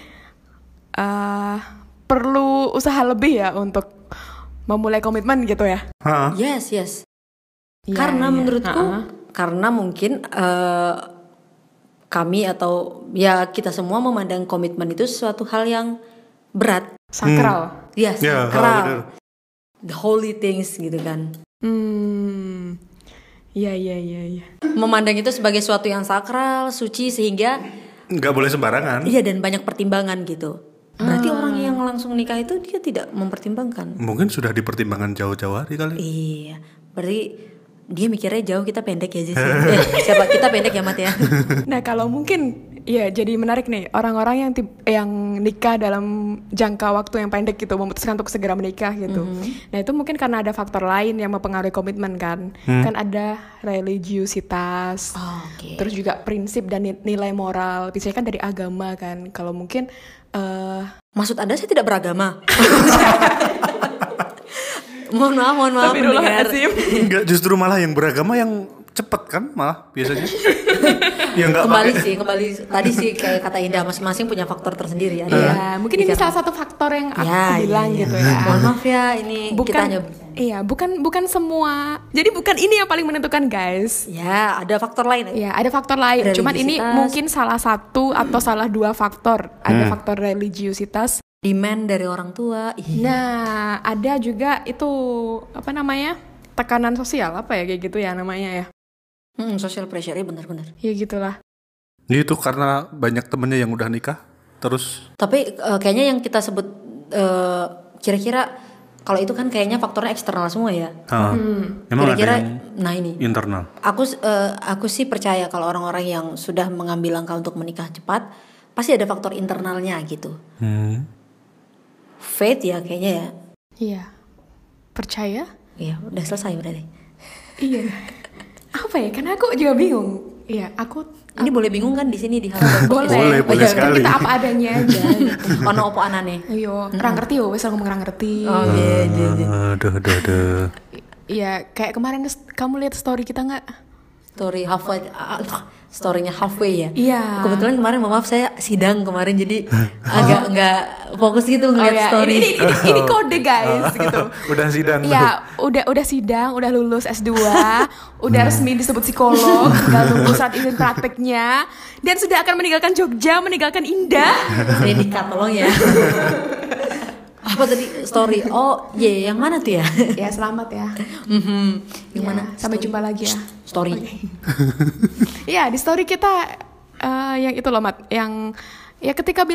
perlu usaha lebih ya untuk memulai komitmen gitu ya? Yes. Ya, karena menurutku, karena mungkin kami atau ya kita semua memandang komitmen itu suatu hal yang berat, sakral. Yes, sakral. The holy things gitu kan. Iya. Memandang itu sebagai suatu yang sakral, suci, sehingga nggak boleh sembarangan. Iya, dan banyak pertimbangan gitu. Berarti orang yang langsung nikah itu dia tidak mempertimbangkan. Mungkin sudah dipertimbangkan jauh-jauh hari kali. Iya, berarti dia mikirnya jauh, kita pendek ya sih. Siapa kita pendek ya Mat ya. Nah kalau mungkin ya jadi menarik nih orang-orang yang nikah dalam jangka waktu yang pendek gitu, memutuskan untuk segera menikah gitu. Nah itu mungkin karena ada faktor lain yang mempengaruhi komitmen kan. Kan ada religiusitas, terus juga prinsip dan nilai moral. Biasanya kan dari agama kan. Kalau mungkin maksud Anda saya tidak beragama? Mohon maaf mendengar. Enggak, justru malah yang beragama yang cepet kan malah biasanya. Ya enggak kembali tadi sih kayak kata Indah, masing-masing punya faktor tersendiri ya. Iya, mungkin ini salah satu faktor yang aku bilang gitu ya. Mohon maaf ya, ini bukan semua. Jadi bukan ini yang paling menentukan, guys. Ya, ada faktor lain. Ya, ada faktor lain. Cuman ini mungkin salah satu atau salah dua faktor. Ada faktor religiusitas, demand dari orang tua. Nah, ada juga itu apa namanya? Tekanan sosial apa ya kayak gitu ya namanya ya. Social pressure, benar-benar. Ya gitulah. Itu karena banyak temennya yang udah nikah terus. Tapi kayaknya yang kita sebut kira-kira kalau itu kan kayaknya faktornya eksternal semua ya. Emang kira-kira ada yang ini internal. Aku sih percaya kalau orang-orang yang sudah mengambil langkah untuk menikah cepat pasti ada faktor internalnya gitu. Faith ya kayaknya ya. Iya. Percaya? Iya, udah selesai udah deh. Iya. Apa ya? Karena aku juga bingung. Iya, aku Ini boleh bingung kan di sini di hal boleh Boleh sekali. Kita apa adanya aja. ono opo anane. Ayo, orang ngerti yo, wes ngomong orang ngerti. Oh iya. Aduh. Iya, kayak kemarin kamu lihat story kita nggak? Story halfway, storynya halfway ya. Iya. Kebetulan kemarin maaf saya sidang kemarin jadi agak nggak fokus gitu ngeliat iya. story. Ini kode guys gitu. Udah sidang. Iya, udah sidang, udah lulus S2, udah resmi disebut psikolog, tinggal tunggu surat izin prakteknya, dan sudah akan meninggalkan Jogja, meninggalkan Indah. Predikat tolong ya. Apa tadi story? Oh, yang mana tuh ya? Ya selamat ya. Yang mana? Sampai jumpa lagi ya. Story. Iya, di story kita yang itu loh Mat, yang ya ketika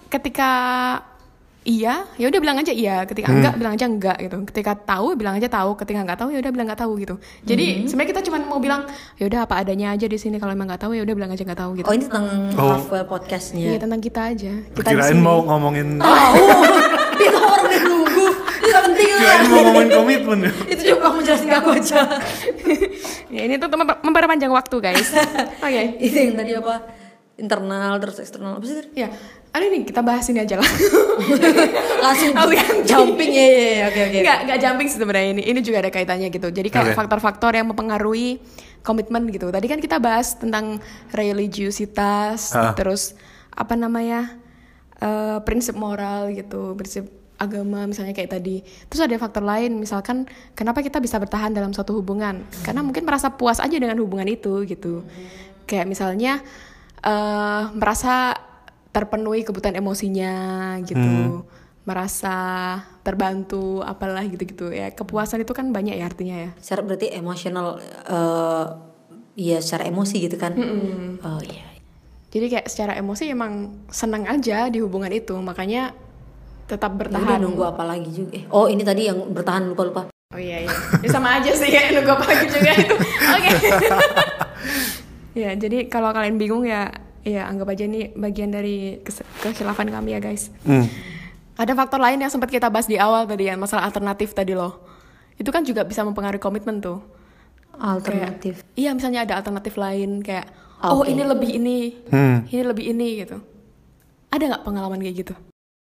iya, ya udah bilang aja iya, ketika enggak bilang aja enggak gitu. Ketika tahu bilang aja tahu, ketika enggak tahu ya udah bilang enggak tahu gitu. Jadi sebenarnya kita cuma mau bilang ya udah apa adanya aja di sini, kalau emang enggak tahu ya udah bilang aja enggak tahu gitu. Oh, ini tentang halfway podcastnya. Iya, tentang kita aja. Kita di Kirain sini. mau ngomongin. Itu orang udah nunggu. Itu penting lah. Kirain mau ngomongin komitmen. Itu juga kamu jelasin ke aku aja. Ya, ini tuh memperpanjang waktu, guys. Oke. Itu yang tadi apa? Internal terus eksternal apa sih? Ya, ini kita bahas ini aja lah. Langsung Oke. jumping ya. Oke. Nggak jumping sih sebenarnya ini. Ini juga ada kaitannya gitu. Jadi kayak faktor-faktor yang mempengaruhi komitmen gitu. Tadi kan kita bahas tentang religiusitas, terus apa namanya prinsip moral gitu, prinsip agama misalnya kayak tadi. Terus ada faktor lain, misalkan kenapa kita bisa bertahan dalam suatu hubungan? Karena mungkin merasa puas aja dengan hubungan itu gitu. Kayak misalnya merasa terpenuhi kebutuhan emosinya gitu, merasa terbantu, apalah gitu-gitu ya. Kepuasan itu kan banyak ya artinya ya. Secara berarti emosional, iya secara emosi gitu kan. Oh iya. Jadi kayak secara emosi emang senang aja di hubungan itu, makanya tetap Udah bertahan. nunggu apa lagi juga. Oh ini tadi yang bertahan lupa. Oh iya. Ya, sama aja sih kayak nunggu apa lagi juga itu. Oke. Ya, jadi kalau kalian bingung ya anggap aja ini bagian dari kekhilafan kami ya guys. Ada faktor lain yang sempat kita bahas di awal tadi ya, masalah alternatif tadi loh. Itu kan juga bisa mempengaruhi komitmen tuh. Alternatif. Kayak, iya misalnya ada alternatif lain kayak ini lebih ini lebih ini gitu. Ada nggak pengalaman kayak gitu?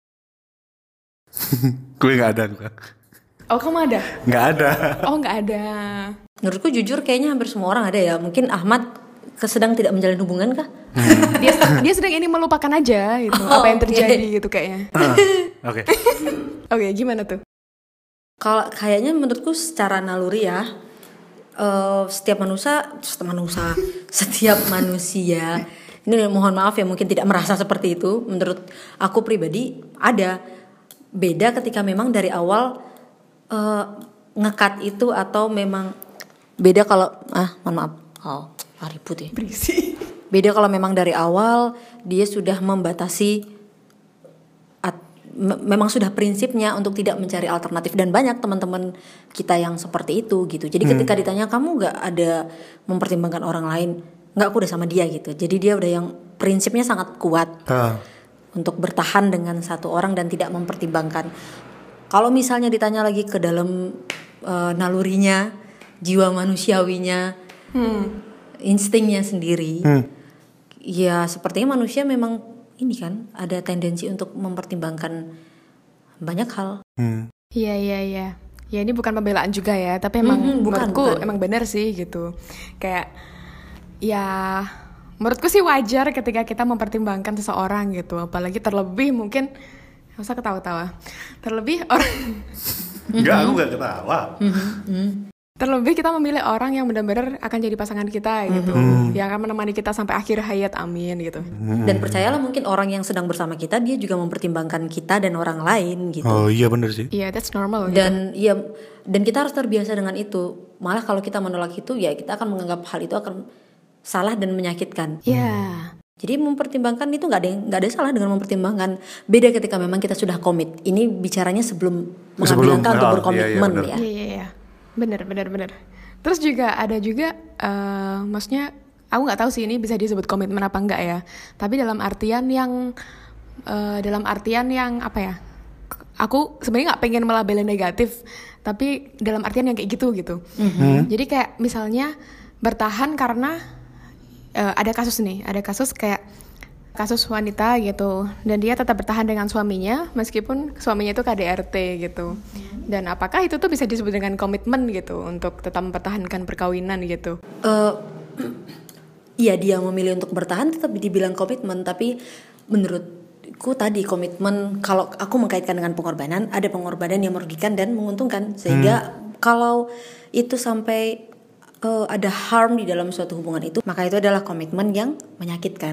Gue nggak ada. Oh kamu ada? Nggak ada. Oh nggak ada. Menurutku jujur kayaknya hampir semua orang ada ya. Mungkin Ahmad sedang tidak menjalin hubungan kah? Dia sedang ini melupakan aja gitu apa yang terjadi gitu kayaknya. Oke. Oke, gimana tuh? Kalau kayaknya menurutku secara naluri ya, setiap manusia ini mohon maaf ya mungkin tidak merasa seperti itu. Menurut aku pribadi ada beda ketika memang dari awal ngekat itu atau memang beda kalau mohon maaf ribut ya. Berisi. Beda kalau memang dari awal dia sudah membatasi memang sudah prinsipnya untuk tidak mencari alternatif, dan banyak teman-teman kita yang seperti itu gitu. Jadi ketika ditanya kamu nggak ada mempertimbangkan orang lain, nggak, aku udah sama dia gitu. Jadi dia udah yang prinsipnya sangat kuat untuk bertahan dengan satu orang dan tidak mempertimbangkan. Kalau misalnya ditanya lagi ke dalam nalurinya, jiwa manusiawinya, instingnya sendiri, ya sepertinya manusia memang ini kan ada tendensi untuk mempertimbangkan banyak hal. Iya. Ya ini bukan pembelaan juga ya, tapi emang menurutku emang benar sih gitu. Kayak ya menurutku sih wajar ketika kita mempertimbangkan seseorang gitu, apalagi terlebih mungkin nggak usah ketawa-tawa. Terlebih orang Enggak, aku nggak ketawa. Terlebih kita memilih orang yang benar-benar akan jadi pasangan kita gitu, yang akan menemani kita sampai akhir hayat, amin gitu. Dan percayalah mungkin orang yang sedang bersama kita dia juga mempertimbangkan kita dan orang lain gitu. Oh iya benar sih. Iya, that's normal. Dan gitu. Dan kita harus terbiasa dengan itu. Malah kalau kita menolak itu ya kita akan menganggap hal itu akan salah dan menyakitkan. Iya. Jadi mempertimbangkan itu nggak ada salah dengan mempertimbangkan. Beda ketika memang kita sudah komit. Ini bicaranya sebelum mengambil langkah untuk berkomitmen ya. Iya. Bener. Terus juga ada juga, maksudnya aku nggak tahu sih ini bisa disebut komitmen apa enggak ya. Tapi dalam artian yang apa ya? Aku sebenarnya nggak pengen melabelin negatif, tapi dalam artian yang kayak gitu. Jadi kayak misalnya bertahan karena ada kasus kayak kasus wanita gitu, dan dia tetap bertahan dengan suaminya meskipun suaminya itu KDRT gitu. Dan apakah itu tuh bisa disebut dengan komitmen gitu untuk tetap mempertahankan perkawinan gitu? Iya, dia memilih untuk bertahan tetap dibilang komitmen, tapi menurutku tadi komitmen, kalau aku mengkaitkan dengan pengorbanan, ada pengorbanan yang merugikan dan menguntungkan, sehingga kalau itu sampai ada harm di dalam suatu hubungan itu, maka itu adalah komitmen yang menyakitkan.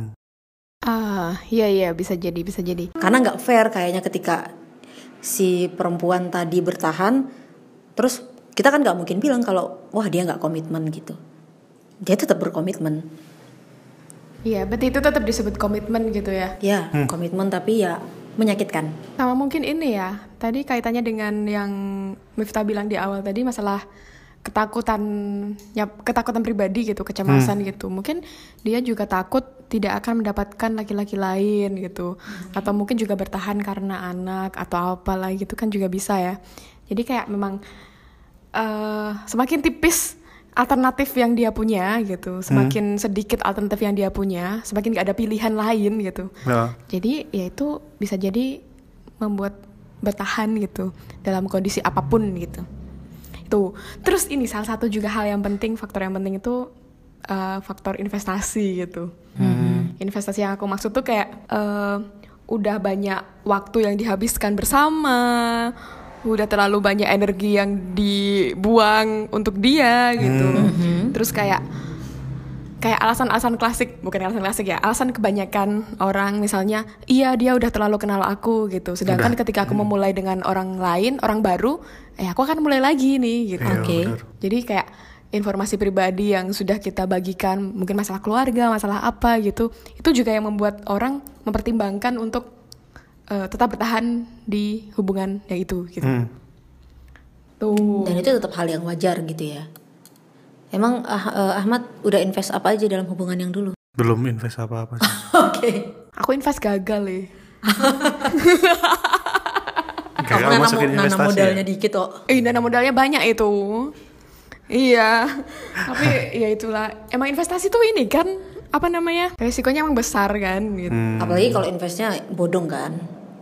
Iya bisa jadi. Karena nggak fair kayaknya ketika si perempuan tadi bertahan, terus kita kan nggak mungkin bilang kalau wah dia nggak komitmen gitu. Dia tetap berkomitmen. Iya, berarti itu tetap disebut komitmen gitu ya? Ya, komitmen tapi ya menyakitkan. Sama mungkin ini ya, tadi kaitannya dengan yang Miftah bilang di awal tadi, masalah ketakutan pribadi gitu, kecemasan gitu. Mungkin dia juga takut tidak akan mendapatkan laki-laki lain gitu, atau mungkin juga bertahan karena anak atau apalah gitu kan juga bisa ya. Jadi kayak memang semakin tipis alternatif yang dia punya gitu, semakin sedikit alternatif yang dia punya, semakin gak ada pilihan lain gitu. Jadi ya itu bisa jadi membuat bertahan gitu dalam kondisi apapun gitu. Itu. Terus ini salah satu juga hal yang penting, faktor yang penting itu faktor investasi gitu. Investasi yang aku maksud tuh kayak udah banyak waktu yang dihabiskan bersama, udah terlalu banyak energi yang dibuang untuk dia gitu. Terus kayak alasan-alasan klasik, bukan alasan klasik ya, alasan kebanyakan orang misalnya, iya dia udah terlalu kenal aku gitu, sedangkan ketika aku memulai dengan orang lain, orang baru, aku akan mulai lagi nih gitu. Jadi kayak informasi pribadi yang sudah kita bagikan, mungkin masalah keluarga, masalah apa gitu, itu juga yang membuat orang mempertimbangkan untuk tetap bertahan di hubungan yang itu gitu. Tuh. Dan itu tetap hal yang wajar gitu ya. Emang Ahmad udah invest apa aja dalam hubungan yang dulu? Belum invest apa-apa sih. Oke. Aku invest gagal ya. Gagal masukin investasi. Nanam modalnya dikit kok. Dana modalnya banyak itu. Iya. Tapi ya itulah. Emang investasi tuh ini kan, apa namanya? Resikonya emang besar kan gitu. Apalagi kalau investnya bodong kan.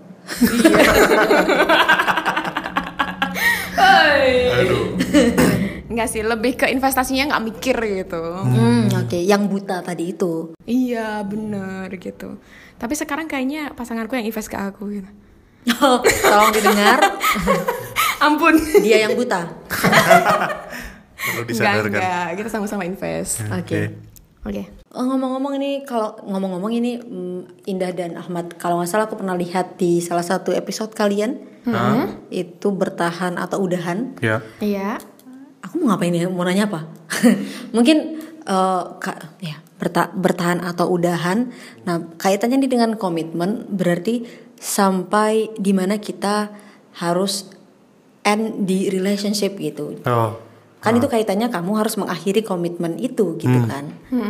Aduh. Enggak sih, lebih ke investasinya nggak mikir gitu. Oke, yang buta tadi itu. Iya bener gitu. Tapi sekarang kayaknya pasanganku yang invest ke aku gitu. Tolong didengar. Ampun. Dia yang buta. Perlu disadarkan. Enggak, kita sama-sama invest. Oke. Ngomong-ngomong ini Indah dan Ahmad, kalau nggak salah aku pernah lihat di salah satu episode kalian, itu bertahan atau udahan. Iya. Aku mau ngapain ya? Mau nanya apa? Mungkin bertahan atau udahan. Nah, kaitannya ini dengan komitmen, berarti sampai di mana kita harus end di relationship gitu. Kan itu kaitannya kamu harus mengakhiri komitmen itu gitu kan.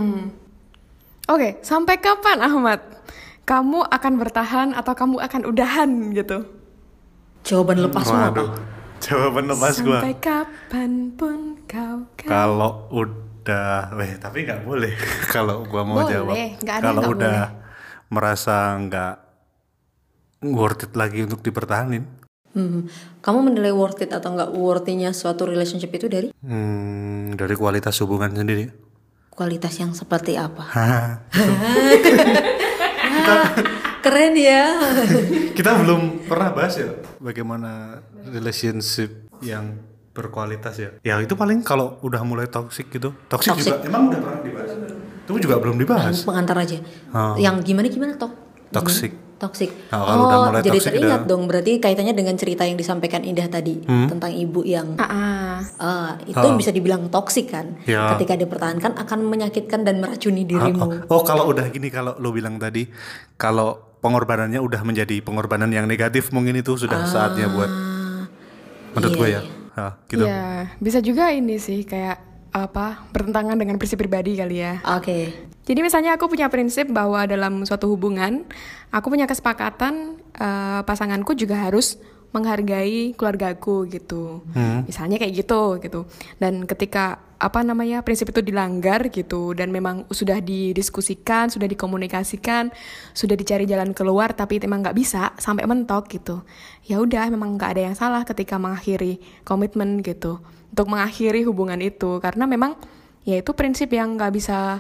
Oke, sampai kapan Ahmad? Kamu akan bertahan atau kamu akan udahan gitu? Jawaban lepas semua apa? Jawaban lepas gue. Sampai kapan pun kau kan. Kalau udah, tapi nggak boleh. Kalau gue mau boleh, jawab. Kalau udah merasa nggak worth it lagi untuk dipertahanin. Kamu menilai worth it atau nggak worthy-nya suatu relationship itu dari? Dari kualitas hubungan sendiri. Kualitas yang seperti apa? Kita, keren ya. Kita belum pernah bahas ya bagaimana relationship yang berkualitas ya. Ya itu paling kalau udah mulai toxic gitu. Toxic juga emang udah pernah dibahas. Itu juga belum dibahas. Pengantar aja. Yang gimana toxic. Kalau udah mulai jadi toxic teringat dong, berarti kaitannya dengan cerita yang disampaikan Indah tadi tentang ibu yang itu bisa dibilang toxic kan. Ketika dipertahankan akan menyakitkan dan meracuni dirimu. Kalau udah gini, kalau lo bilang tadi kalau pengorbanannya udah menjadi pengorbanan yang negatif, mungkin itu sudah saatnya buat menurut gue ya. Gitu. Ya, bisa juga ini sih kayak bertentangan dengan prinsip pribadi kali ya. Oke. Jadi misalnya aku punya prinsip bahwa dalam suatu hubungan aku punya kesepakatan pasanganku juga harus menghargai keluargaku gitu. Misalnya kayak gitu. Dan ketika prinsip itu dilanggar gitu dan memang sudah didiskusikan, sudah dikomunikasikan, sudah dicari jalan keluar tapi emang nggak bisa sampai mentok gitu. Ya udah, memang nggak ada yang salah ketika mengakhiri komitmen gitu. Untuk mengakhiri hubungan itu karena memang ya itu prinsip yang nggak bisa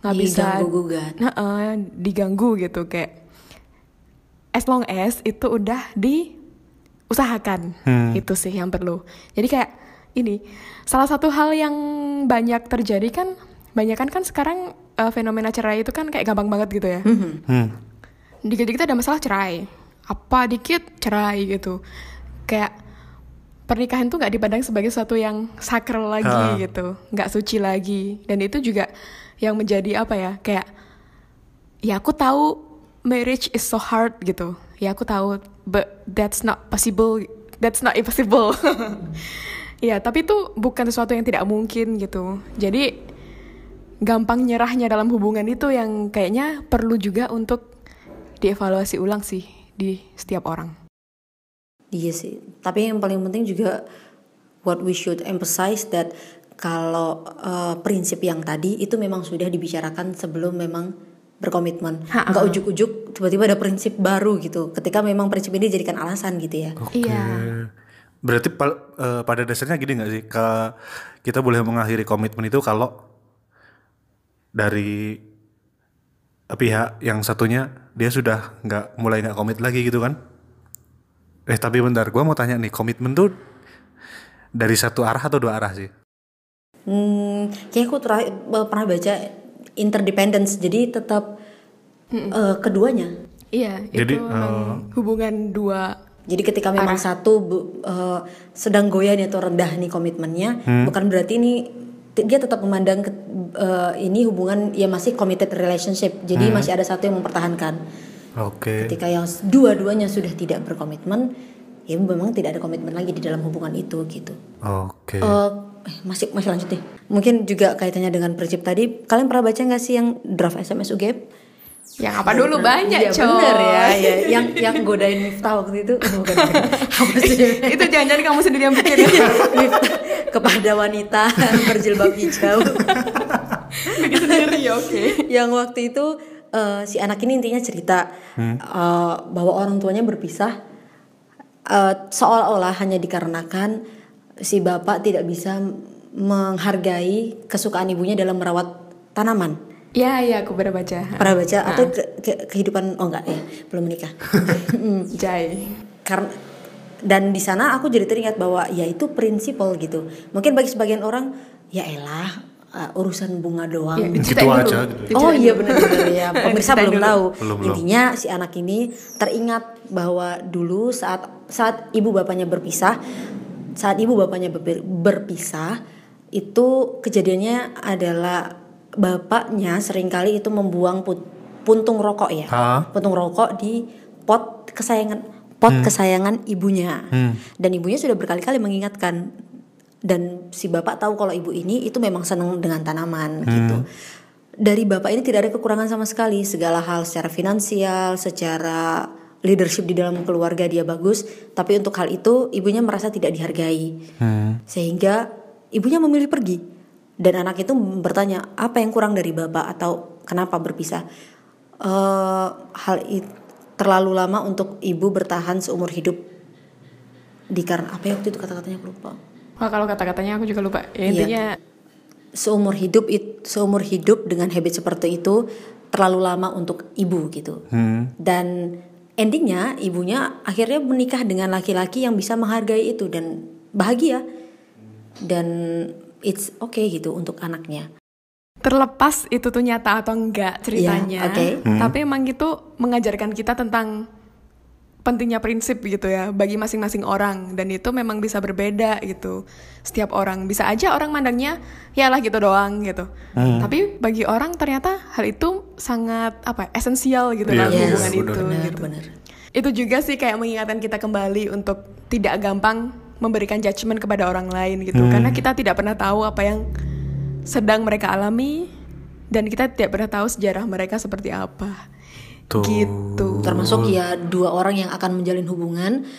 diganggu gitu, kayak as long as itu udah diusahakan. Itu sih yang perlu. Jadi kayak ini salah satu hal yang banyak terjadi kan, banyakan kan sekarang fenomena cerai itu kan kayak gampang banget gitu ya. Dikit-dikit ada masalah cerai, apa dikit cerai gitu. Kayak pernikahan tuh nggak dipandang sebagai sesuatu yang sakral lagi gitu, nggak suci lagi. Dan itu juga yang menjadi kayak ya aku tahu marriage is so hard gitu, ya aku tahu, but that's not impossible. Ya, tapi itu bukan sesuatu yang tidak mungkin gitu. Jadi gampang nyerahnya dalam hubungan itu yang kayaknya perlu juga untuk dievaluasi ulang sih di setiap orang. Iya sih, tapi yang paling penting juga what we should emphasize that kalau prinsip yang tadi itu memang sudah dibicarakan sebelum memang berkomitmen. Nggak ujuk-ujuk tiba-tiba ada prinsip baru gitu ketika memang prinsip ini dijadikan alasan gitu ya. Iya. Berarti pada dasarnya gini gak sih, kita boleh mengakhiri komitmen itu kalau dari pihak yang satunya dia sudah mulai nggak komit lagi gitu kan? Tapi bentar, gue mau tanya nih, komitmen tuh dari satu arah atau dua arah sih? Kayaknya aku pernah baca interdependence, jadi tetap keduanya. Iya, jadi, itu hubungan dua. Jadi ketika memang satu sedang goyah nih atau rendah nih komitmennya, bukan berarti ini dia tetap memandang ini hubungan ya masih committed relationship. Jadi masih ada satu yang mempertahankan. Ketika yang dua-duanya sudah tidak berkomitmen, ya memang tidak ada komitmen lagi di dalam hubungan itu gitu. Masih lanjut deh. Mungkin juga kaitannya dengan prinsip tadi. Kalian pernah baca nggak sih yang draft SMS UGM? Yang apa dulu banyak, coy. Bener ya. Yang godain Miftah waktu itu. Bukan. Apa sih? Itu jangan-jangan kamu sendiri yang bikin. Miftah kepada wanita berjilbab hijau. Bikin sendiri ya, oke. Yang waktu itu si anak ini intinya cerita bahwa orang tuanya berpisah seolah-olah hanya dikarenakan si bapak tidak bisa menghargai kesukaan ibunya dalam merawat tanaman. Ya, aku pernah baca. Pernah baca atau kehidupan enggak ya, belum menikah. Jai. Dan di sana aku jadi teringat bahwa ya itu prinsipal gitu. Mungkin bagi sebagian orang ya elah urusan bunga doang. Ya, gitu aja gitu. Oh iya benar ya. Pemirsa belum tahu. Belum. Intinya si anak ini teringat bahwa dulu saat ibu bapaknya berpisah, itu kejadiannya adalah bapaknya seringkali itu membuang puntung rokok ya. Puntung rokok di pot kesayangan ibunya. Dan ibunya sudah berkali-kali mengingatkan, dan si bapak tahu kalau ibu ini itu memang senang dengan tanaman gitu. Dari bapak ini tidak ada kekurangan sama sekali, segala hal secara finansial, secara leadership di dalam keluarga dia bagus, tapi untuk hal itu ibunya merasa tidak dihargai. Sehingga ibunya memilih pergi. Dan anak itu bertanya, apa yang kurang dari bapak atau kenapa berpisah? Hal itu terlalu lama untuk ibu bertahan seumur hidup. Karena apa ya waktu itu kata-katanya aku lupa. Wah, kalau kata-katanya aku juga lupa. Ya, intinya seumur hidup dengan habit seperti itu terlalu lama untuk ibu gitu. Dan endingnya ibunya akhirnya menikah dengan laki-laki yang bisa menghargai itu dan bahagia. Dan it's okay gitu untuk anaknya. Terlepas itu tuh nyata atau enggak ceritanya, Tapi emang gitu mengajarkan kita tentang pentingnya prinsip gitu ya bagi masing-masing orang, dan itu memang bisa berbeda gitu. Setiap orang bisa aja orang mandangnya ya lah gitu doang gitu. Tapi bagi orang ternyata hal itu sangat esensial gitu dalam hubungan itu. Benar. Itu juga sih kayak mengingatkan kita kembali untuk tidak gampang memberikan judgement kepada orang lain gitu. Karena kita tidak pernah tahu apa yang sedang mereka alami, dan kita tidak pernah tahu sejarah mereka seperti apa. Gitu. Termasuk ya dua orang yang akan menjalin hubungan,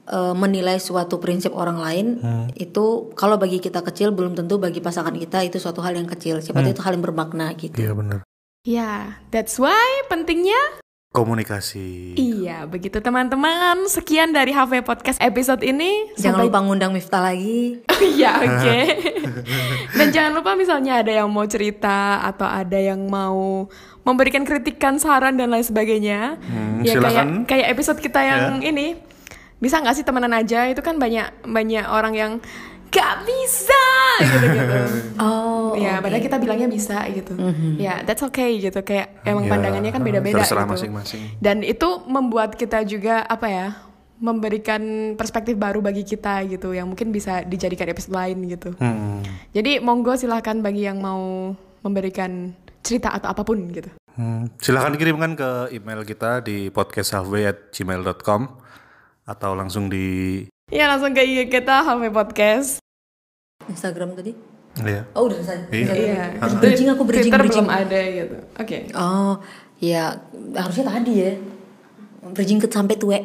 menilai suatu prinsip orang lain itu kalau bagi kita kecil belum tentu bagi pasangan kita itu suatu hal yang kecil. Siapa tahu itu hal yang bermakna gitu. Iya benar. Ya, that's why pentingnya komunikasi. Iya, begitu teman-teman. Sekian dari HV Podcast episode ini. Jangan lupa ngundang Miftah lagi. Iya, oke. Dan jangan lupa misalnya ada yang mau cerita atau ada yang mau memberikan kritikan, saran dan lain sebagainya. Ya silakan. kayak episode kita yang ini. Bisa nggak sih temenan aja? Itu kan banyak orang yang gak bisa gitu. Oh, ya, padahal kita bilangnya bisa gitu. Ya, that's okay gitu. Kayak emang pandangannya kan beda-beda terserah gitu. masing-masing. Dan itu membuat kita juga memberikan perspektif baru bagi kita gitu, yang mungkin bisa dijadikan episode lain gitu. Jadi monggo silahkan bagi yang mau memberikan cerita atau apapun gitu. Silahkan kirimkan ke email kita di podcasthalfway@gmail.com atau langsung di langsung ke IG kita HV Podcast. Instagram tadi? Iya. Oh, udah selesai. Iya. Bridging aku bridging. Twitter belum ada gitu. Oke. Oh, ya harusnya tadi ya. Bridging ke sampai tuwe.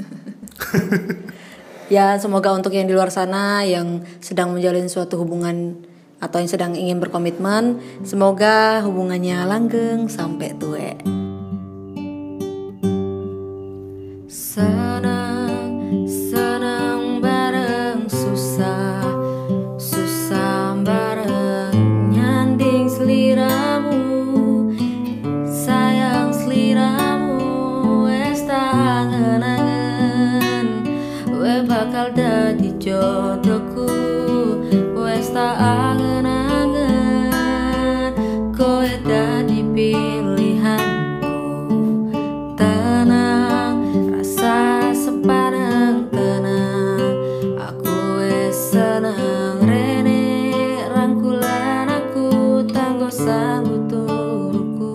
Ya, semoga untuk yang di luar sana yang sedang menjalin suatu hubungan atau yang sedang ingin berkomitmen, semoga hubungannya langgeng sampai tuwe. Senang bareng susah bareng nyanding seliramu, sayang seliramu, wes tak angen-angen, we bakal dadi jodohku, wes tak angen-angen, kowe dadi pilihanku, tenang rasa sepaneng tenang, aku wes seneng rene rangkulan aku tanggo sambut turuku,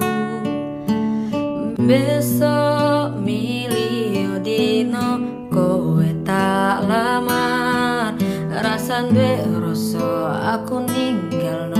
besok milih dino kowe tak lamar, rasan duwe rasa aku ninggal